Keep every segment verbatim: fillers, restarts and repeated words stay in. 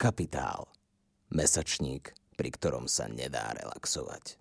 Kapitál. Mesačník, pri ktorom sa nedá relaxovať.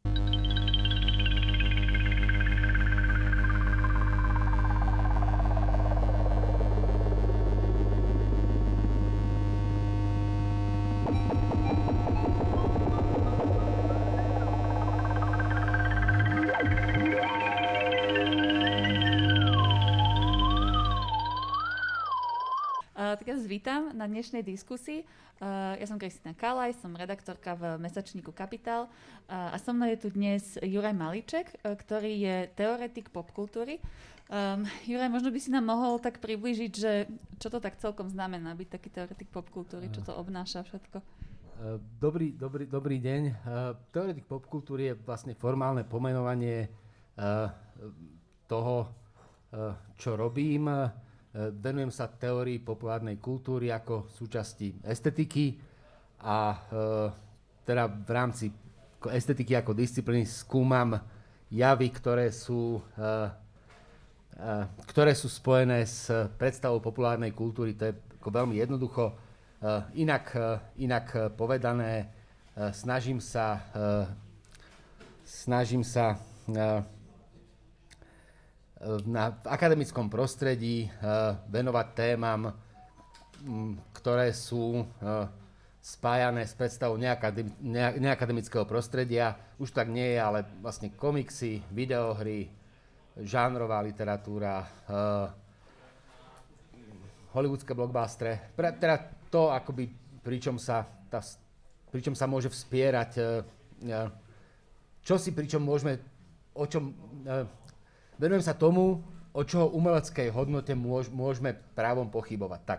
Tak ja vás vítam na dnešnej diskusii. Ja som Kristina Kalaj, som redaktorka v mesačníku Kapitál a so mnou je tu dnes Juraj Malíček, ktorý je teoretik popkultúry. Um, Juraj, možno by si nám mohol tak priblížiť, že čo to tak celkom znamená byť taký teoretik popkultúry, čo to obnáša všetko? Dobrý, dobrý, dobrý deň. Teoretik popkultúry je vlastne formálne pomenovanie toho, čo robím. Venujem sa teórii populárnej kultúry ako súčasti estetiky a e, teda v rámci estetiky ako disciplíny skúmam javy, ktoré sú, e, e, ktoré sú spojené s predstavou populárnej kultúry. To je ako veľmi jednoducho. E, inak, e, inak povedané, e, snažím sa, e, snažím sa e, Na, v akademickom prostredí uh, venovať témam, m, ktoré sú uh, spájané s predstavou neakademi- ne- neakademického prostredia. Už tak nie je, ale vlastne komiksy, videohry, žánrová literatúra, uh, hollywoodské blockbustery. Pre, teda to, akoby, pričom sa, tá, pričom sa môže vspierať, uh, uh, čo si pričom môžeme, o čom... Uh, Venujem sa tomu, o čoho umeleckej hodnote môž, môžeme právom pochybovať. Tak.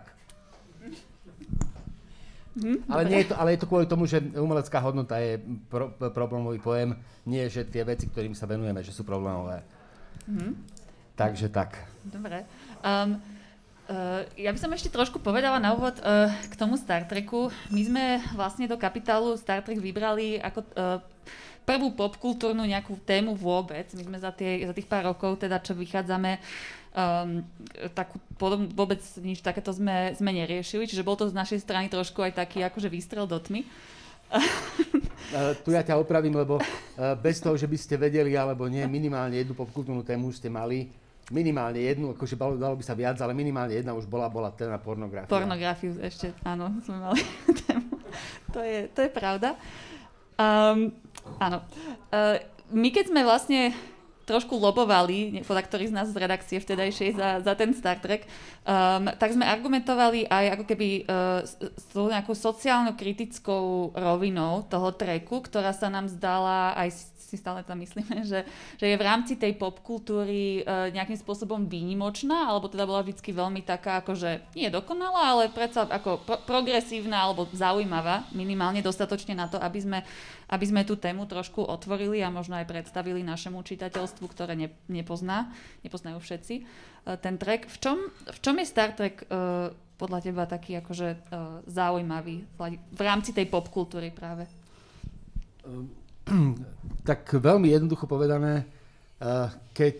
Mm, ale, nie je to, ale je to kvôli tomu, že umelecká hodnota je pro, problémový pojem, nie že tie veci, ktorým sa venujeme, že sú problémové. Mm. Takže tak. Dobre. Um, uh, ja by som ešte trošku povedala na úvod uh, k tomu Star Treku. My sme vlastne do Kapitálu Star Trek vybrali ako... Uh, prvú popkultúrnu nejakú tému vôbec. My sme za, tie, za tých pár rokov, teda čo vychádzame, um, takú podob, vôbec nič takéto sme, sme neriešili, čiže bol to z našej strany trošku aj taký akože výstrel do tmy. Uh, tu ja ťa opravím, lebo uh, bez toho, že by ste vedeli, alebo nie, minimálne jednu popkultúrnu tému už ste mali. Minimálne jednu, akože dalo, dalo by sa viac, ale minimálne jedna už bola, bola téma pornografia. Pornografiu ešte, áno, sme mali tému. To je, to je pravda. Um, áno. Uh, my keď sme vlastne trošku lobovali, niektorí z nás z redakcie vtedajšej za, za ten Star Trek, um, tak sme argumentovali aj ako keby uh, s, s tou nejakou sociálno-kritickou rovinou toho treku, ktorá sa nám zdala, aj si stále tam myslíme, že, že je v rámci tej popkultúry uh, nejakým spôsobom výnimočná, alebo teda bola vždycky veľmi taká, akože nie dokonalá, ale predsa ako pro- progresívna alebo zaujímavá, minimálne dostatočne na to, aby sme, aby sme tú tému trošku otvorili a možno aj predstavili našemu čitateľstvu, ktoré ne, nepozná, nepoznajú všetci uh, ten trek. V čom, v čom je Star Trek uh, podľa teba taký akože uh, zaujímavý v rámci tej popkultúry práve? Um. Tak veľmi jednoducho povedané, keď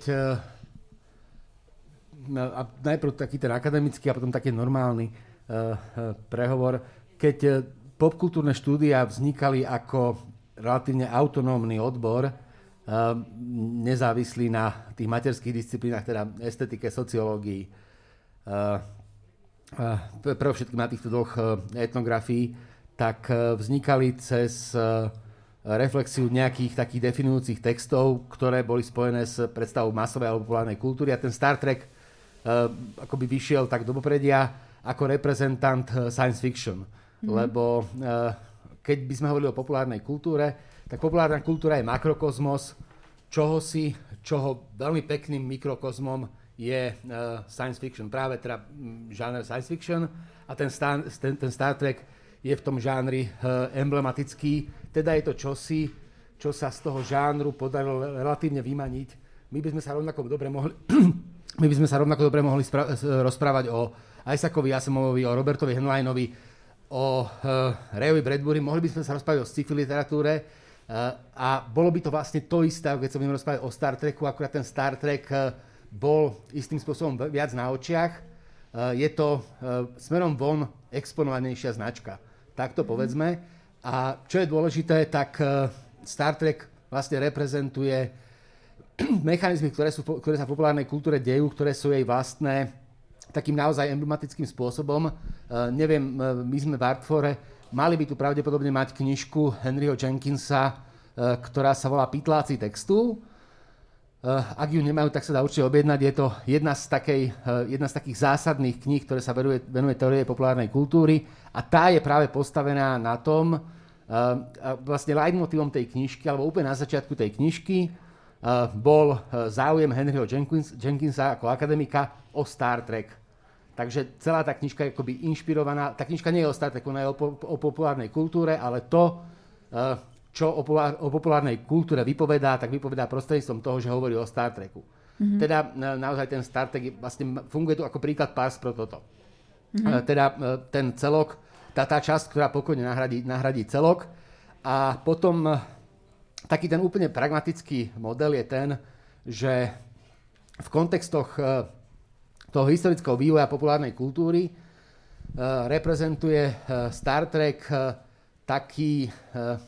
a najprv taký ten akademický a potom taký normálny prehovor, keď popkultúrne štúdia vznikali ako relatívne autonómny odbor, nezávislý na tých materských disciplínach, teda estetike, sociológii, pre všetkým na týchto dvoch etnografií, tak vznikali cez reflexiu nejakých takých definujúcich textov, ktoré boli spojené s predstavou masovej alebo populárnej kultúry. A ten Star Trek uh, akoby vyšiel tak do popredia ako reprezentant uh, science fiction. Mm-hmm. Lebo uh, keď by sme hovorili o populárnej kultúre, tak populárna kultúra je makrokozmos, čohosi, čoho veľmi pekným mikrokozmom je uh, science fiction. Práve teda um, žáner science fiction a ten Star, ten, ten Star Trek je v tom žánri uh, emblematický. Teda je to čosi, čo sa z toho žánru podarilo relatívne vymaniť. My by sme sa rovnako dobre mohli, my by sme sa rovnako dobre mohli spra- rozprávať o Isaacovi Asimovovi, o Robertovi Heinleinovi, o uh, Rayovi Bradbury, mohli by sme sa rozprávať o sci-fi literatúre uh, a bolo by to vlastne to isté, keď sa budeme rozprávať o Star Treku, akurát ten Star Trek uh, bol istým spôsobom viac na očiach. Uh, je to uh, smerom von exponovanejšia značka. tak to povedzme. A čo je dôležité, tak Star Trek vlastne reprezentuje mechanizmy, ktoré, sú, ktoré sa v populárnej kultúre dejú, ktoré sú jej vlastné takým naozaj emblematickým spôsobom. Uh, neviem, my sme v Artfore, mali by tu pravdepodobne mať knižku Henryho Jenkinsa, uh, ktorá sa volá Pytláci textu. Uh, ak ju nemajú, tak sa dá určite objednať. Je to jedna z, takej, uh, jedna z takých zásadných kníh, ktoré sa venuje, venuje teórie populárnej kultúry a tá je práve postavená na tom, uh, vlastne leitmotívom tej knižky, alebo úplne na začiatku tej knižky uh, bol uh, záujem Henryho Jenkins, Jenkinsa ako akademika o Star Trek. Takže celá tá knižka je akoby inšpirovaná. Tá knižka nie je o Star Treku, ona je o, po, o populárnej kultúre, ale to, uh, čo o, populár, o populárnej kultúre vypovedá, tak vypovedá prostredníctvom toho, že hovorí o Star Treku. Mm-hmm. Teda uh, naozaj ten Star Trek vlastne funguje tu ako príklad pars pro toto. Mm-hmm. Uh, teda uh, ten celok, tá, tá časť, ktorá pokojne nahradí, nahradí celok. A potom uh, taký ten úplne pragmatický model je ten, že v kontextoch uh, toho historického vývoja populárnej kultúry uh, reprezentuje uh, Star Trek uh, taký... Uh,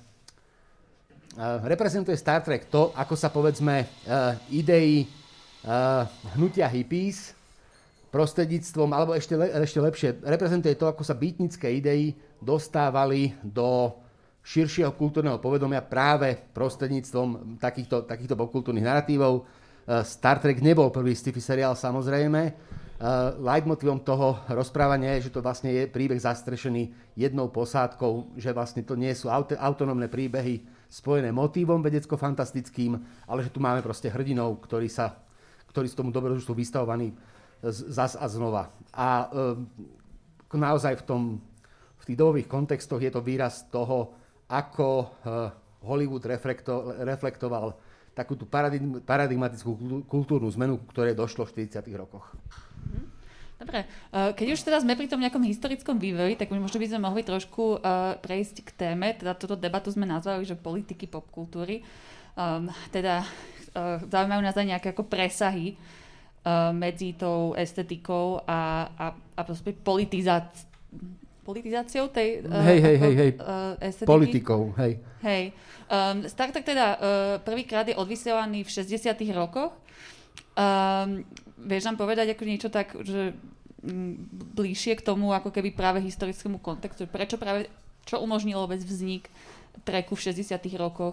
uh, reprezentuje Star Trek to, ako sa povedzme uh, idei uh, hnutia hippies prostredníctvom, alebo ešte, le, ešte lepšie, reprezentuje to, ako sa beatnické idei dostávali do širšieho kultúrneho povedomia práve prostredníctvom takýchto, takýchto popkultúrnych narratívov. Star Trek nebol prvý sci-fi seriál, samozrejme. Leitmotívom toho rozprávania je, že to vlastne je príbeh zastrešený jednou posádkou, že vlastne to nie sú aut- autonómne príbehy spojené motívom vedecko-fantastickým, ale že tu máme proste hrdinov, ktorí, sa, ktorí z tomu dobrodružstvu vystavovaní zas a znova. A e, naozaj v, tom, v tých dobových kontextoch je to výraz toho, ako e, Hollywood reflekto, reflektoval takú tú paradigmatickú kultúrnu zmenu, ktorej došlo v štyridsiatych rokoch. Dobre, keď už teda sme pri tom nejakom historickom vývoji, tak možno by sme mohli trošku uh, prejsť k téme, teda túto debatu sme nazvali, že politiky popkultúry. Um, teda uh, zaujímajú nás aj nejaké ako presahy uh, medzi tou estetikou a, a, a politizáciou politizáciou tej uh, hej, hej, hej, hej. Uh, estetiky. Politikou, hej. Hej. Um, Star Trek teda uh, prvýkrát je odvysielaný v šesťdesiatych rokoch. Um, vieš nám povedať ako niečo tak, že m, bližšie k tomu, ako keby práve historickému kontextu? Prečo práve, čo umožnilo vôbec vznik Treku v šesťdesiatych rokoch?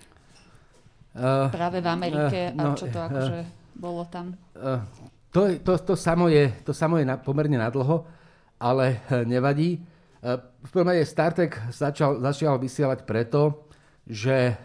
Uh, práve v Amerike uh, no, a čo to akože uh, bolo tam? Uh, to, to, to, samo je, to samo je na, pomerne nadlho, ale nevadí. V prvom rade Star Trek začal, začal vysielať preto, že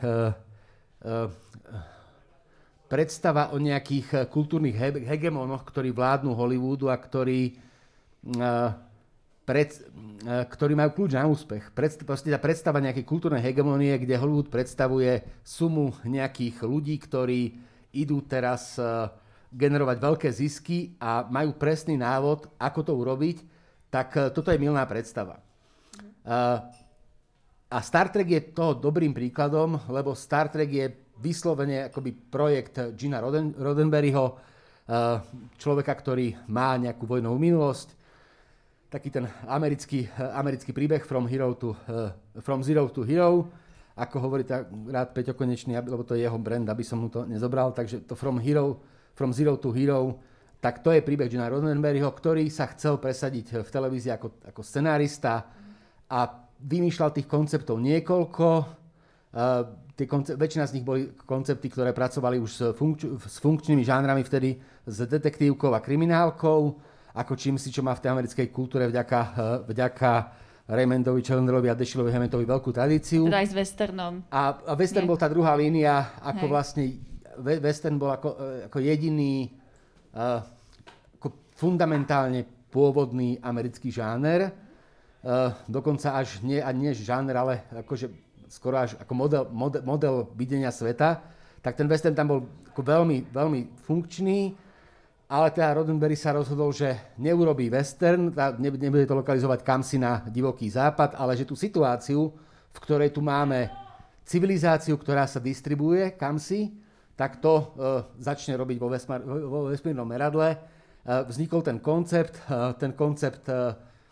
predstava o nejakých kultúrnych hegemónoch, ktorí vládnu Hollywoodu a ktorí, pred, ktorí majú kľúč na úspech. Proste tá predstava nejakej kultúrnej hegemónie, kde Hollywood predstavuje sumu nejakých ľudí, ktorí idú teraz generovať veľké zisky a majú presný návod, ako to urobiť, tak toto je mylná predstava. Uh, a Star Trek je toho dobrým príkladom, lebo Star Trek je vyslovene akoby projekt Gina Roden, Roddenberryho, uh, človeka, ktorý má nejakú vojnovú minulosť. Taký ten americký, uh, americký príbeh from, hero to, uh, from Zero to Hero, ako hovorí tak rád Peťo Konečný, lebo to je jeho brand, aby som mu to nezobral. Takže to From, hero, from Zero to Hero, tak to je príbeh Gina Roddenberryho, ktorý sa chcel presadiť v televízii ako, ako scenárista a vymýšľal tých konceptov niekoľko. Uh, tie konce- väčšina z nich boli koncepty, ktoré pracovali už s, funkč- s funkčnými žánrami vtedy, s detektívkou a kriminálkou, ako čím si, čo má v tej americkej kultúre vďaka, uh, vďaka Raymondovi, Challenderovi a Dashiellovi Hammettovi veľkú tradíciu. Teda aj s westernom. A, a western Nie. bol tá druhá línia, ako Hej. vlastne western bol ako, ako jediný Uh, ako fundamentálne pôvodný americký žáner, uh, dokonca až nie, nie žáner, ale akože skoro až ako model, model, model videnia sveta, tak ten western tam bol ako veľmi, veľmi funkčný, ale teda Roddenberry sa rozhodol, že neurobí western, nebude to lokalizovať kamsi na divoký západ, ale že tú situáciu, v ktorej tu máme civilizáciu, ktorá sa distribuuje kamsi, tak to uh, začne robiť vo, vesmar, vo vesmírnom meradle. Uh, vznikol ten koncept. Uh, ten koncept uh,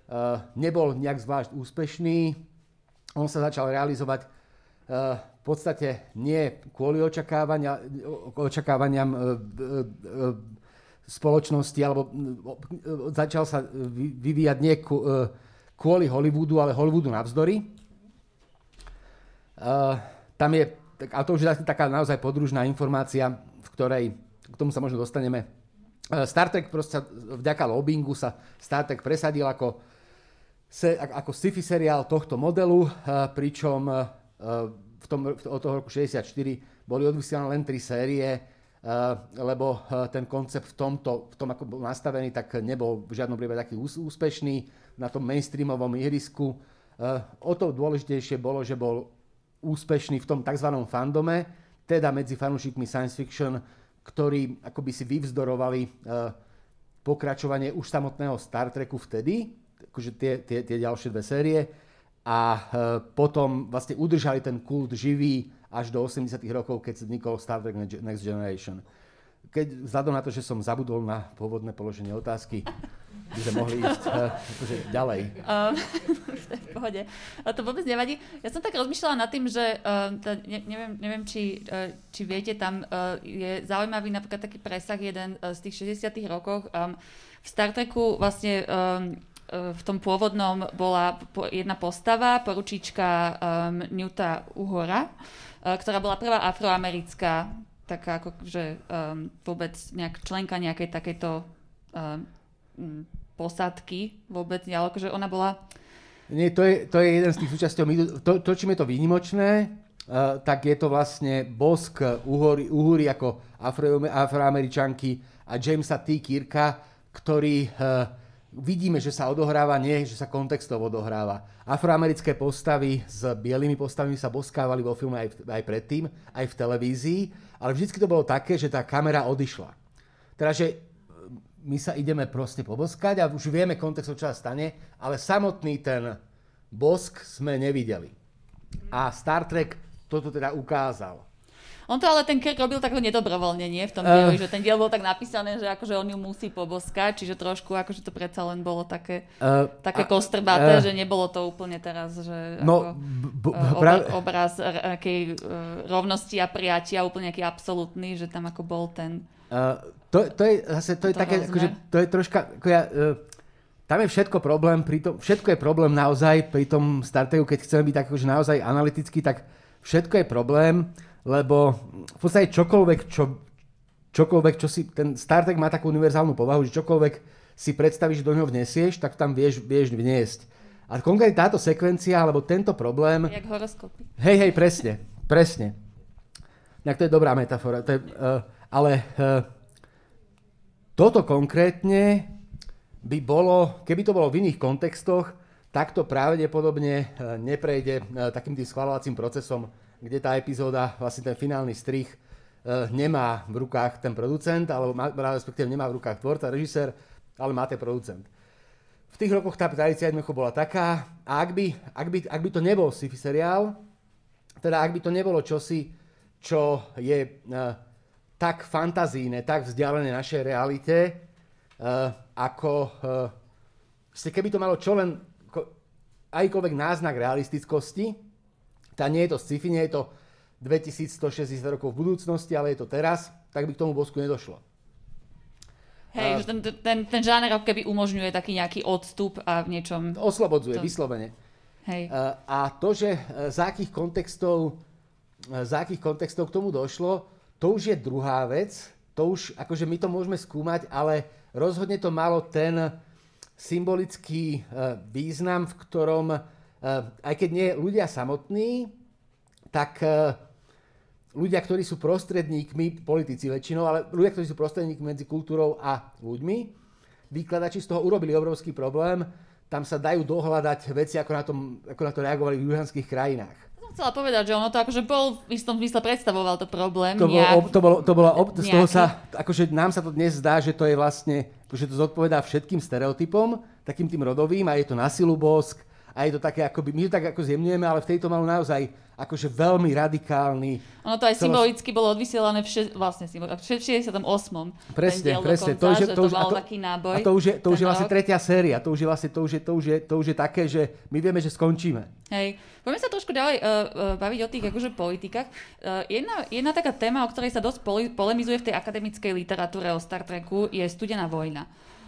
nebol nejak zvlášť úspešný. On sa začal realizovať v podstate nie kvôli očakávania, očakávaniam spoločnosti, alebo začal sa vyvíjať nie kvôli Hollywoodu, ale Hollywoodu navzdory. Tam je, a to už je taká naozaj podružná informácia, v ktorej, k tomu sa možno dostaneme. Star Trek proste vďaka lobbingu sa Star Trek presadil ako ako sci-fi seriál tohto modelu, pričom v tom, od toho roku šesťdesiatštyri boli odvysielané len tri série, lebo ten koncept v tomto, v tom, ako bol nastavený, tak nebol v žiadnom prípade taký úspešný na tom mainstreamovom ihrisku. O to dôležitejšie bolo, že bol úspešný v tom tzv. Fandome, teda medzi fanúšikmi science fiction, ktorí akoby si vyvzdorovali pokračovanie už samotného Star Treku vtedy, akože tie, tie, tie ďalšie dve série, a e, potom vlastne udržali ten kult živý až do osemdesiatych rokov, keď vznikol Star Trek Next Generation. Keď vzhľadom na to, že som zabudol na pôvodné položenie otázky, by sme mohli ísť e, akože ďalej. Um, v pohode. A to vôbec nevadí. Ja som tak rozmýšľala nad tým, že um, to, ne, neviem, neviem či, uh, či viete, tam uh, je zaujímavý napríklad taký presah jeden uh, z tých šesťdesiatych rokoch. Um, v Star Treku vlastne um, v tom pôvodnom bola jedna postava, poručíčka um, Newta Uhura, uh, ktorá bola prvá afroamerická, taká ako, že um, vôbec nejak členka nejakej takejto um, posádky vôbec, ale akože ona bola... Nie, to je, to je jeden z tých súčasťov. To, to, čím je to výnimočné, uh, tak je to vlastne bosk Uhuri, Uhuri ako afro, afroameričanky a Jamesa T. Kirka, ktorý... Uh, vidíme, že sa odohráva, nie, že sa kontextovo odohráva. Afroamerické postavy s bielými postavami sa boskávali vo filme aj, aj predtým, aj v televízii, ale vždycky to bolo také, že tá kamera odišla. Teda, že my sa ideme proste poboskať a už vieme kontextov, čo sa stane, ale samotný ten bosk sme nevideli. A Star Trek toto teda ukázal. On to ale ten Kirk robil tak nedobrovoľne, nie? V tom dieli, uh, že ten diel bol tak napísané, že akože on ju musí poboskať, čiže trošku akože to predsa len bolo také, uh, také kostrbaté, uh, že nebolo to úplne teraz, že no, ako, b- b- obra- obraz akej uh, rovnosti a prijatia úplne aký absolútny, že tam ako bol ten... Uh, to, to je zase, to je to také, akože, to je troška, ako ja, uh, tam je všetko problém, pri tom, všetko je problém naozaj pri tom Star Treku, keď chceme byť tak akože naozaj analytický, tak všetko je problém, lebo v podstate čokoľvek, čo, čokoľvek, čo si, ten Star Trek má takú univerzálnu povahu, že čokoľvek si predstavíš, do ňoho vnesieš, tak tam vieš, vieš vniesť. A konkrétne táto sekvencia, alebo tento problém... Jak horoskopy. Hej, hej, presne, presne. Tak to je dobrá metafora. To je, uh, ale uh, toto konkrétne by bolo, keby to bolo v iných kontextoch, tak to pravdepodobne uh, neprejde uh, takým tým schvaľovacím procesom, kde tá epizóda, vlastne ten finálny strih, e, nemá v rukách ten producent, alebo má, respektíve nemá v rukách tvorca, režisér, ale má ten producent. V tých rokoch tá tradícia jednoducho bola taká, a ak by, ak by, ak by to nebol sci-fi seriál, teda ak by to nebolo čosi, čo je e, tak fantazíne, tak vzdialené našej realite, e, ako e, keby to malo čo len ko, ajkoľvek náznak realistickosti, tá nie je to sci-fi, nie je to dvetisícstošesťdesiat rokov v budúcnosti, ale je to teraz, tak by k tomu bosku nedošlo. Hej, uh, že ten, ten, ten žáner ako keby umožňuje taký nejaký odstup a v niečom... Oslobodzuje, to... vyslovene. Hej. Uh, a to, že uh, z akých kontextov, uh, z akých kontextov k tomu došlo, to už je druhá vec. To už, akože my to môžeme skúmať, ale rozhodne to malo ten symbolický uh, význam, v ktorom... Uh, aj keď nie ľudia samotní, tak uh, ľudia, ktorí sú prostredníkmi, politici väčšinou, ale ľudia, ktorí sú prostredníkmi medzi kultúrou a ľuďmi, výkladači z toho urobili obrovský problém. Tam sa dajú dohľadať veci, ako na, tom, ako na to reagovali v južanských krajinách. Som chcela povedať, že ono to akože bol v istom zmysle predstavoval to problém. To nejak, bolo, to bolo, to bolo ob, z toho sa, akože nám sa to dnes zdá, že to je vlastne, že to zodpovedá všetkým stereotypom, takým tým rodovým, a je to na silu bosk, a je to také, akoby, my to tak ako zjemňujeme, ale v tejto malo naozaj akože veľmi radikálny. Ono to aj celos... symbolicky bolo odvysielané v, še... vlastne, v šesťdesiatom ôsmom Presne, presne. Dokonca, to, že, že to, to už, mal to, taký náboj. A to už je, to už je vlastne rok. tretia séria. To už je vlastne to už je, to už je, to už je také, že my vieme, že skončíme. Hej. Poďme sa trošku ďalej uh, uh, baviť o tých akože politikách. Uh, jedna, jedna taká téma, o ktorej sa dosť poli- polemizuje v tej akademickej literatúre o Star Treku, je studená vojna.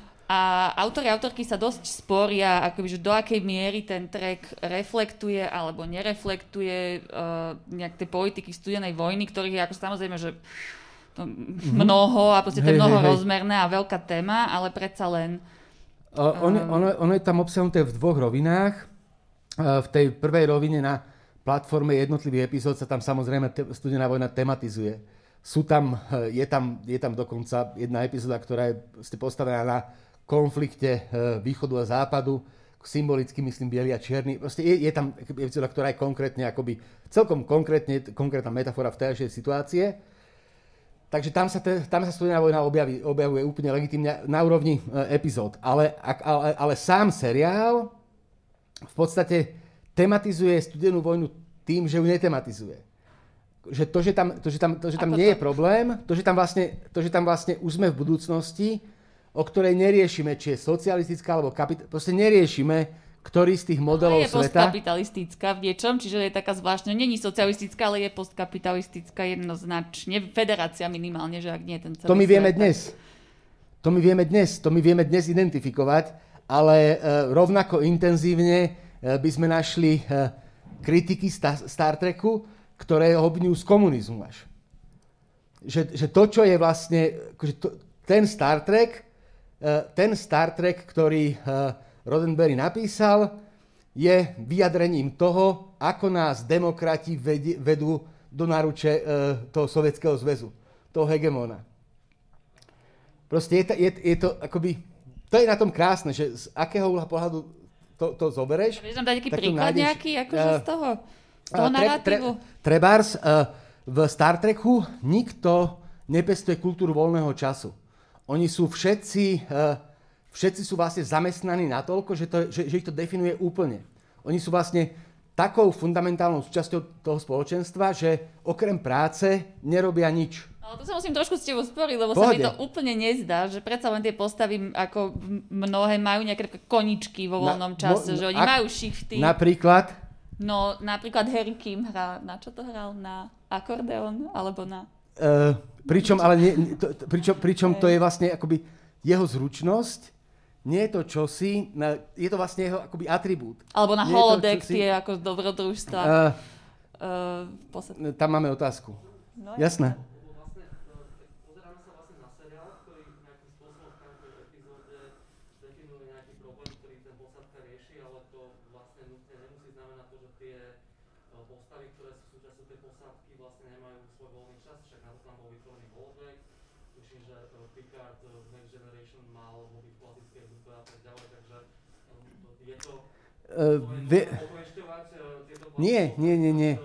A autori a autorky sa dosť sporia, akoby, že do akej miery ten Trek reflektuje alebo nereflektuje uh, nejak tie politiky studenej vojny, ktorých je ako samozrejme, že to mnoho a proste to je mnohorozmerné a veľká téma, ale predsa len... Uh, ono, ono, ono je tam obsahnuté v dvoch rovinách. Uh, v tej prvej rovine na platforme jednotlivých epizód sa tam samozrejme te- studená vojna tematizuje. Sú tam, uh, je, tam, je tam dokonca jedna epizóda, ktorá je postavená na konflikte uh, východu a západu, symbolicky myslím biely a čierny. Proste je, je tam epizóda, ktorá je konkrétne, akoby celkom konkrétne, konkrétna metafora v tej situácie. Takže tam sa, te, tam sa studená vojna objaví, objavuje úplne legitímne na úrovni uh, epizód. Ale, ale, ale sám seriál v podstate tematizuje studenú vojnu tým, že ju netematizuje. Že to, že tam, to, že tam, to, že tam nie to? je problém, to že tam, vlastne, to, že tam vlastne už sme v budúcnosti, o ktorej neriešime, či je socialistická alebo kapitalistická. Proste neriešime, ktorý z tých modelov je sveta... Je postkapitalistická v niečom, čiže je taká zvláštna. Není socialistická, ale je postkapitalistická jednoznačne. Federácia minimálne, že ak nie ten celý To my vieme svet, dnes. To my vieme dnes. To my vieme dnes identifikovať, ale uh, rovnako intenzívne uh, by sme našli uh, kritiky sta- Star Treku, ktoré obvinujú z komunizmu až. Že, že to, čo je vlastne... Akože to, ten Star Trek ten Star Trek, ktorý Roddenberry napísal, je vyjadrením toho, ako nás demokrati vedú do náruče toho Sovietskeho zväzu, toho hegemóna. Proste je to, je, je to akoby... To je na tom krásne, že z akého uhla pohľadu to, to zobereš. Vieš nám dať taký príklad nájdeš, nejaký, akože z toho, z toho uh, narratívu? Tre, tre, trebárs, uh, v Star Treku nikto nepestuje kultúru voľného času. Oni sú všetci, všetci sú vlastne zamestnaní natoľko, že, to, že, že ich to definuje úplne. Oni sú vlastne takou fundamentálnou súčasťou toho spoločenstva, že okrem práce nerobia nič. Ale to sa musím trošku s tebou sporiť, lebo Pohode. Sa mi to úplne nezdá, že predsa len tie postavy ako mnohé majú nejaké koničky vo voľnom čase, no, že oni ak, majú shifty. Napríklad? No, napríklad Harry Kim hrá, na čo to hral? Na akordeón alebo na... Uh, pričom, ale nie, to, pričom, pričom to je vlastne akoby jeho zručnosť, nie je to čosi, je to vlastne jeho akoby atribút. Alebo na holodeck čosi... tie ako dobrodružstva. Uh, uh, tam máme otázku. No, jasné. Pozeráme sa vlastne na seriál, ktorý nejakým spôsobom v každej epizóde definuje nejaký problém, ktorý ten posádka rieši, ale to vlastne nutne nemusí znamenať to, že tie postavy, ktoré sú súčasťou tej posádky, vlastne nemajú svoj voľný čas, však na to tam bol vytvorený holodeck. Tuším, že Picard Next Generation mal hobby v klasickej hudbe a tak ďalej, takže je to... Uh, vie... Nie, nie, nie, nie.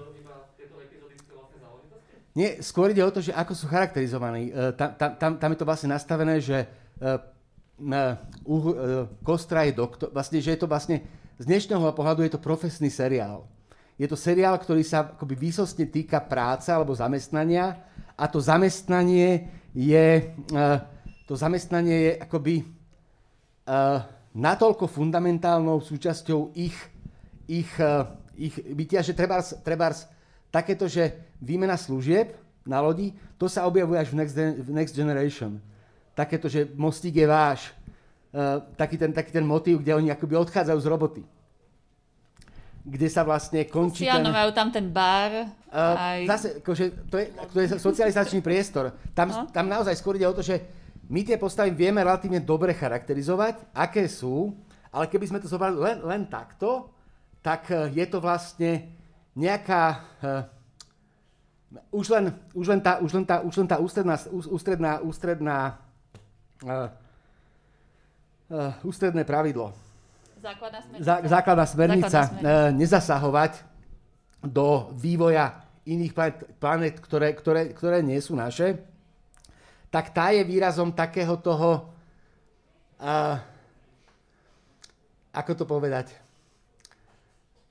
Nie, skôr ide o to, že ako sú charakterizovaní. Uh, tam, tam, tam je to vlastne nastavené, že uh, uh, uh, Kostra je doktor, vlastne, že je to vlastne z dnešného pohľadu je to profesný seriál. Je to seriál, ktorý sa akoby výsostne týka práce alebo zamestnania a to zamestnanie je, uh, to zamestnanie je akoby uh, natoľko fundamentálnou súčasťou ich, ich, uh, ich bytia, že trebárs, trebárs takéto, že výmena služieb na lodi, to sa objavuje až v Next, v Next Generation. Takéto, že mostík je váš. Uh, taký, ten, taký ten motív, kde oni akoby odchádzajú z roboty. Kde sa vlastne končí ten... Áno, majú tam ten bar. Uh, aj... Zase, akože, to, je, to je socializačný priestor. Tam, no? tam naozaj skôr ide o to, že my tie postavy vieme relatívne dobre charakterizovať, aké sú, ale keby sme to zobrali len, len takto, tak je to vlastne nejaká... Uh, už, len, už, len tá, už len tá, už len tá ústredná, ústredná, ústredná, uh, uh, ústredné pravidlo. Základná smernica. Zá, základná smernica, základná smernica. Uh, nezasahovať do vývoja iných planet, planet ktoré, ktoré, ktoré nie sú naše, tak tá je výrazom takého toho, uh, ako to povedať,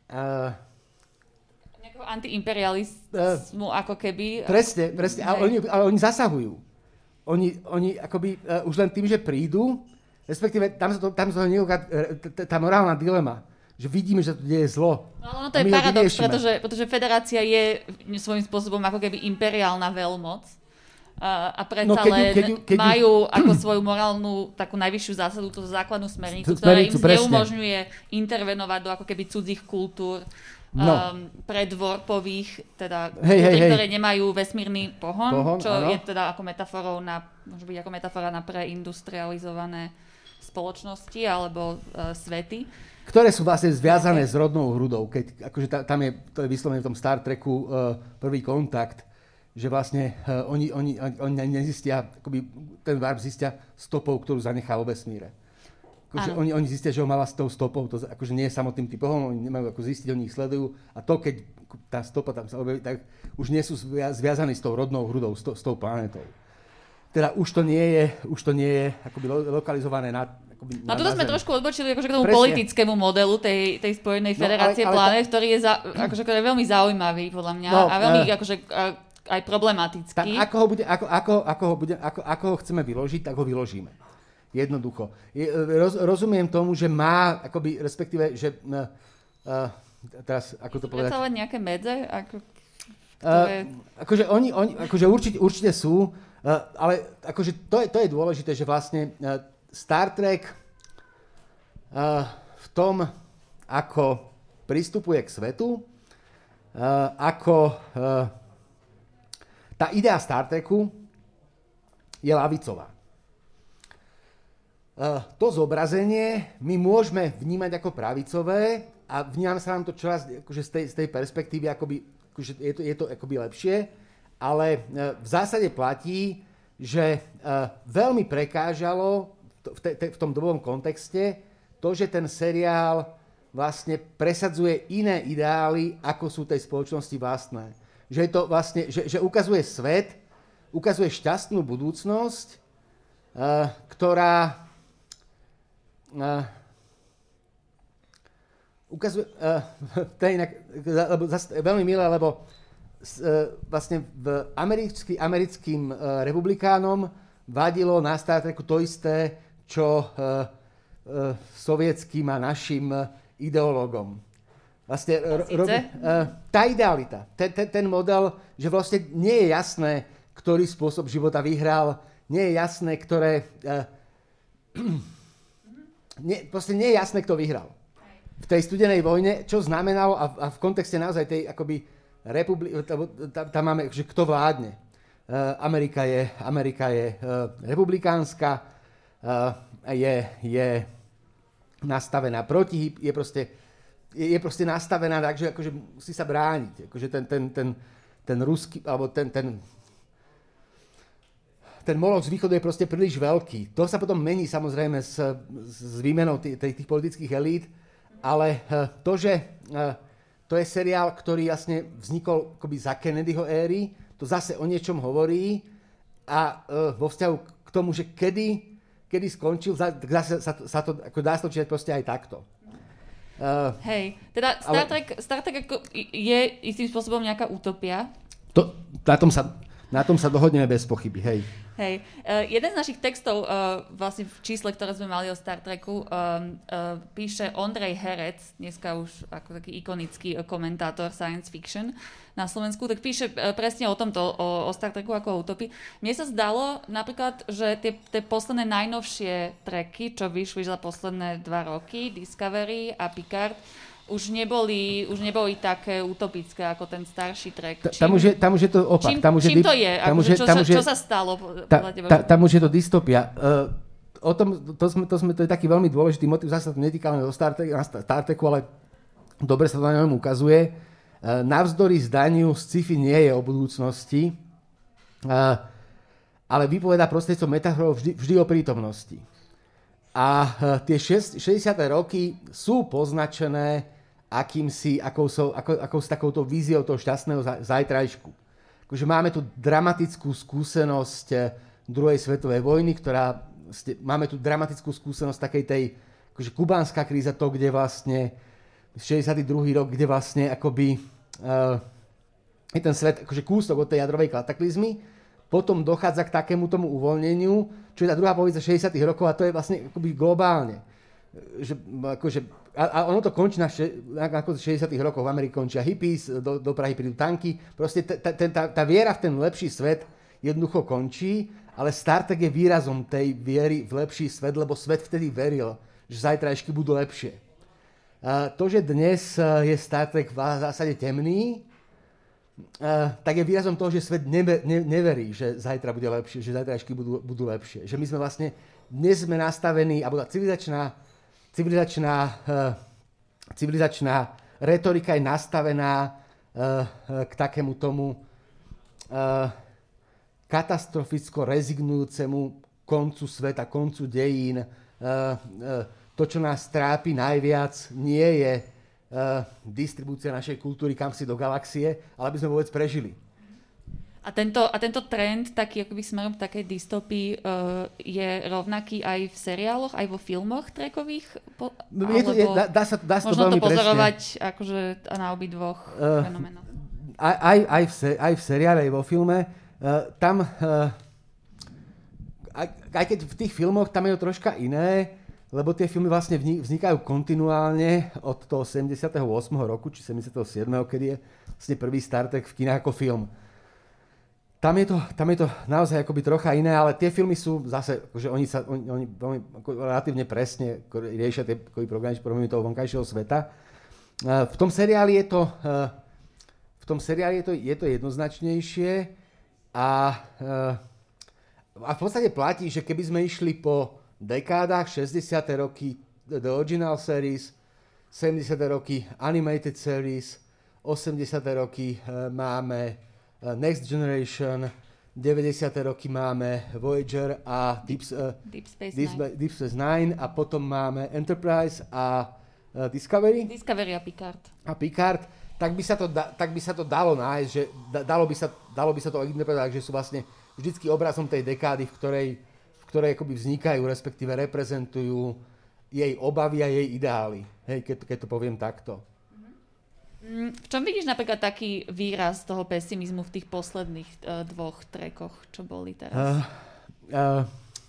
Uh, Nejakého antiimperializmu uh, ako keby. Presne, presne. Ale oni, ale oni zasahujú. Oni, oni akoby uh, už len tým, že prídu, respektíve tam sa to, tam sa to niekoľká, tá morálna dilema, že vidíme, že to deje zlo. No, no to je paradox, pretože, pretože federácia je svojím spôsobom ako keby imperiálna veľmoc. Uh, a predsa no, keď, len keď, keď, majú ako svoju morálnu takú najvyššiu zásadu, tú základnú smernicu, ktorá im neumožňuje intervenovať do ako keby cudzích kultúr, no. um, predvorpových, teda hej, kultúry, hej, ktoré hej. nemajú vesmírny pohon, pohon čo áno. je teda ako metaforou na, môže byť ako metafora na preindustrializované spoločnosti alebo uh, svety. Ktoré sú vlastne zviazané okay. s rodnou hrudou. Keď, akože tam je, to je vyslovene v tom Star Treku uh, prvý kontakt, že vlastne uh, oni, oni, oni nezistia, akoby ten warp zistia stopou, ktorú zanechá vo vesmíre. Akože oni, oni zistia, že ho mala s tou stopou, to akože nie je samotným typom, oni nemajú ako zistiť, oni ich sledujú a to, keď tá stopa tam sa objaví, tak už nie sú zviazaní s tou rodnou hrudou, s, to, s tou planetou. Teda už to nie je, už to nie je akoby lokalizované na... No toto sme trošku odbočili akože k tomu Presne. politickému modelu tej, tej spojenej federácie no, planet, ktorý je, za, akože, ktorý je veľmi zaujímavý podľa mňa no, a veľmi uh, akože, aj problematický. Tak ako ho, bude, ako, ako, ako, ho bude, ako, ako ho chceme vyložiť, tak ho vyložíme. Jednoducho. Je, roz, rozumiem tomu, že má, akoby, respektíve, že... Uh, uh, teraz, ako to povedať? Sú len nejaké medze? Ako, ktoré... uh, akože oni, oni akože určite, určite sú, uh, ale akože to je, to je dôležité, že vlastne... Uh, Star Trek uh, v tom, ako pristupuje k svetu, uh, ako uh, tá idea Star Treku je ľavicová. Uh, to zobrazenie my môžeme vnímať ako pravicové a vnímame sa nám to čoraz akože z, tej, z tej perspektívy, akoby, akože je to, je to akoby lepšie, ale uh, v zásade platí, že uh, veľmi prekážalo v, te, te, v tom dobovom kontexte to, že ten seriál vlastne presadzuje iné ideály, ako sú tej spoločnosti vlastné. Že je to vlastne, že, že ukazuje svet, ukazuje šťastnú budúcnosť, uh, ktorá uh, ukazuje, uh, to je inak lebo zase, veľmi milé, lebo uh, vlastne v americký, americkým uh, republikánom vadilo na Star Treku to isté, čo uh, uh, sovietským a našim uh, ideológom. Vlastne ro, ro, uh, tá idealita, ten, ten, ten model, že vlastne nie je jasné, ktorý spôsob života vyhral, nie je jasné, ktoré... Uh, nie, vlastne nie je jasné, kto vyhral. V tej studenej vojne, čo znamenalo, a, a v kontexte naozaj tej akoby republiky, tam, tam máme, že kto vládne. Uh, Amerika je, Amerika je uh, republikánska, Uh, je, je nastavená proti, je proste, je, je proste nastavená tak, že akože musí sa brániť. Akože ten, ten, ten, ten ruský, alebo ten, ten, ten moloch z východu je proste príliš veľký. To sa potom mení samozrejme s, s výmenou tých, tých politických elít, ale uh, to, že uh, to je seriál, ktorý jasne vznikol akoby za Kennedyho éry, to zase o niečom hovorí a uh, vo vzťahu k tomu, že kedy kedy skončil, zase sa to, sa to ako dá sa to čítať proste aj takto. Uh, Hej, teda Star Trek, ale, Star Trek ako je istým spôsobom nejaká utopia. To, na, tom sa, na tom sa dohodneme bez pochyby, hej. Hej, uh, jeden z našich textov uh, vlastne v čísle, ktoré sme mali o Star Treku, um, uh, píše Ondrej Herec, dneska už ako taký ikonický komentátor science fiction na Slovensku, tak píše uh, presne o tomto, o, o Star Treku ako o utopii. Mne sa zdalo napríklad, že tie, tie posledné najnovšie treky, čo vyšli za posledné dva roky, Discovery a Picard, už neboli, už neboli také utopické ako ten starší Trek. Tam už je, tam už je to opak. Čím, tam už čím je, to je? Tam už je, čo, tam sa, už je, čo sa stalo? Ta, ta, tam už je to dystopia. Uh, o tom, to, sme, to, sme, to je taký veľmi dôležitý motiv, zase sa to netýka len o Star, Trek, Star Treku, ale dobre sa to na ňom ukazuje. Uh, navzdory zdaniu sci-fi nie je o budúcnosti, uh, ale vypovedá prostredstvom metaforov vždy, vždy o prítomnosti. A uh, tie šesťdesiate roky sú poznačené akýmsi, akou so, ako, ako s takouto víziou toho šťastného zajtrajšku. Akože máme tu dramatickú skúsenosť druhej svetovej vojny, ktorá, máme tu dramatickú skúsenosť takej tej, akože kubánska kríza, to, kde vlastne šesťdesiaty druhý rok, kde vlastne akoby uh, je ten svet akože kúsok od tej jadrovej kataklizmy, potom dochádza k takému tomu uvoľneniu, čo je tá druhá polovica šesťdesiatych rokov a to je vlastne akoby globálne. Že, akože, a, a ono to končí na, še, na ako šesťdesiatych rokov v Amerike končia hippies, do, do Prahy prídu tanky, proste t- t- tá, tá viera v ten lepší svet jednoducho končí, ale Star Trek je výrazom tej viery v lepší svet, lebo svet vtedy veril, že zajtrajšky budú lepšie. A to, že dnes je Star Trek v zásade temný, Uh, tak je výrazom toho, že svet nebe, ne, neverí, že zajtra bude lepšie, že zajtrajšky budú, budú lepšie. Že my sme vlastne, dnes sme nastavení, alebo tá civilizačná, civilizačná, uh, civilizačná retorika je nastavená uh, uh, k takému tomu uh, katastroficko rezignujúcemu koncu sveta, koncu dejín. Uh, uh, to, čo nás trápi najviac, nie je Uh, distribúcia našej kultúry kam si do galaxie, ale aby sme vôbec prežili. A tento, a tento trend, taký akoby smerom takej dystopii, uh, je rovnaký aj v seriáloch, aj vo filmoch trekových? Po, no, je to, je, dá, dá sa, dá sa to veľmi presne. Možno to pozorovať akože na obidvoch uh, fenoménoch. Aj, aj, aj, v se, aj v seriále, aj vo filme. Uh, tam, uh, aj, aj keď v tých filmoch, tam je to troška iné, lebo tie filmy vlastne vznikajú kontinuálne od toho sedemdesiateho ôsmeho roku, či sedemdesiateho siedmeho kedy je vlastne prvý Star Trek v kinách ako film. Tam je to, tam je to naozaj akoby trocha iné, ale tie filmy sú zase, že oni sa oni, oni, oni relatívne presne riešia tie problémy toho vonkajšieho sveta. V tom seriáli je to, v tom seriáli je to, je to jednoznačnejšie a, a v podstate platí, že keby sme išli po dekádach, šesťdesiate roky The Original Series, sedemdesiate roky Animated Series, osemdesiate roky e, máme e, Next Generation, deväťdesiate roky máme Voyager a Deep, e, Deep, Space, Deep, Nine. Deep Space Nine a potom máme Enterprise a e, Discovery. Discovery a Picard. A Picard, tak by sa to, da, tak by sa to dalo nájsť, že da, dalo, by sa, dalo by sa to interpretovať, že sú vlastne vždycky obrazom tej dekády, v ktorej ktoré akoby vznikajú, respektíve reprezentujú jej obavy a jej ideály. Hej, keď, keď to poviem takto. V čom vidíš napríklad taký výraz toho pesimizmu v tých posledných uh, dvoch trekoch, čo boli teraz? Uh, uh,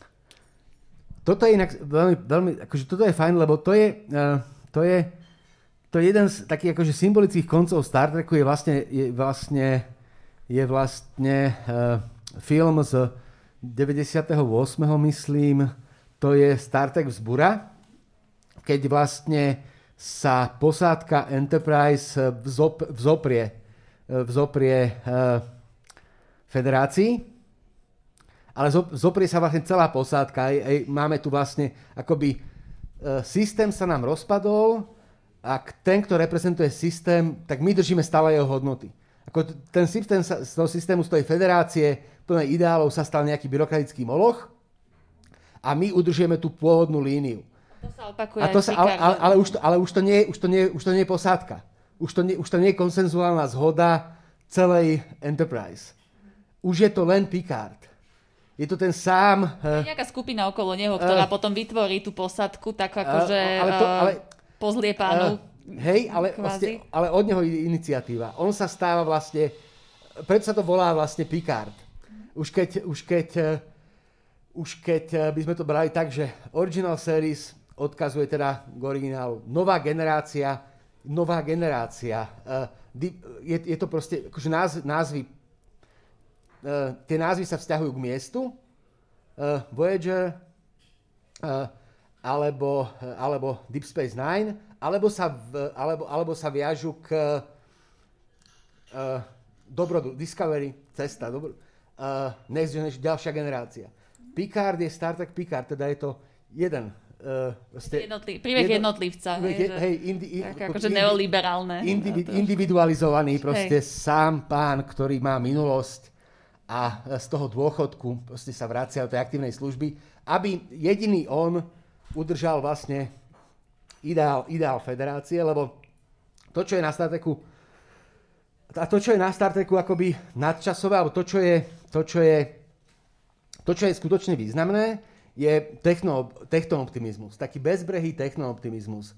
toto je inak veľmi, veľmi, akože toto je fajn, lebo to je, uh, to je, to je jeden z takých akože symbolických koncov Star Treku je vlastne, je vlastne, je vlastne uh, film z deväťdesiateho ôsmeho myslím, to je Star Trek Vzbura, keď vlastne sa posádka Enterprise vzop, vzoprie, vzoprie uh, federácii, ale vzoprie sa vlastne celá posádka. Aj, aj máme tu vlastne akoby uh, systém sa nám rozpadol a ten, kto reprezentuje systém, tak my držíme stále jeho hodnoty. Ako ten systém sa, z toho systému, z tej federácie plnej ideálov sa stal nejaký byrokratický moloch a my udržujeme tú pôvodnú líniu. To sa opakuje. A to sa, ale, ale, ale, už to, ale už to nie, už to nie, už to nie je posádka. Už to nie, už to nie je konsenzuálna zhoda celej Enterprise. Už je to len Picard. Je to ten sám... Je nejaká skupina okolo neho, ktorá uh, potom vytvorí tú posádku, tak akože uh, ale to, ale, pozliepánu. Uh, hej, ale, vlastne, ale od neho je iniciatíva. On sa stáva vlastne... Preto sa to volá vlastne Picard. Už keď, už keď, už keď by sme to brali tak, že Original Series odkazuje teda k originálu. Nová generácia, nová generácia. Je, je to proste, akože názvy, názvy tie názvy sa vzťahujú k miestu. Voyager, alebo, alebo Deep Space Nine, alebo sa, v, alebo, alebo sa viažu k dobrodu, Discovery, cesta, dobro, Uh, Next Generation, ďalšia generácia. Picard je Star Trek Picard, teda je to jeden. Uh, ste, Jednotliv, príbeh jedno, jednotlivca. Príbeh, hej, hej, indi, tak akože neoliberálne. Individ, individualizovaný, proste hej. Sám pán, ktorý má minulosť a z toho dôchodku proste sa vracia do tej aktívnej služby, aby jediný on udržal vlastne ideál, ideál federácie, lebo to, čo je na Star Treku a to, čo je na Star Treku akoby nadčasové, alebo to, čo je, to, čo je, to, čo je skutočne významné, je techno, technooptimizmus. Taký bezbrehý technooptimizmus.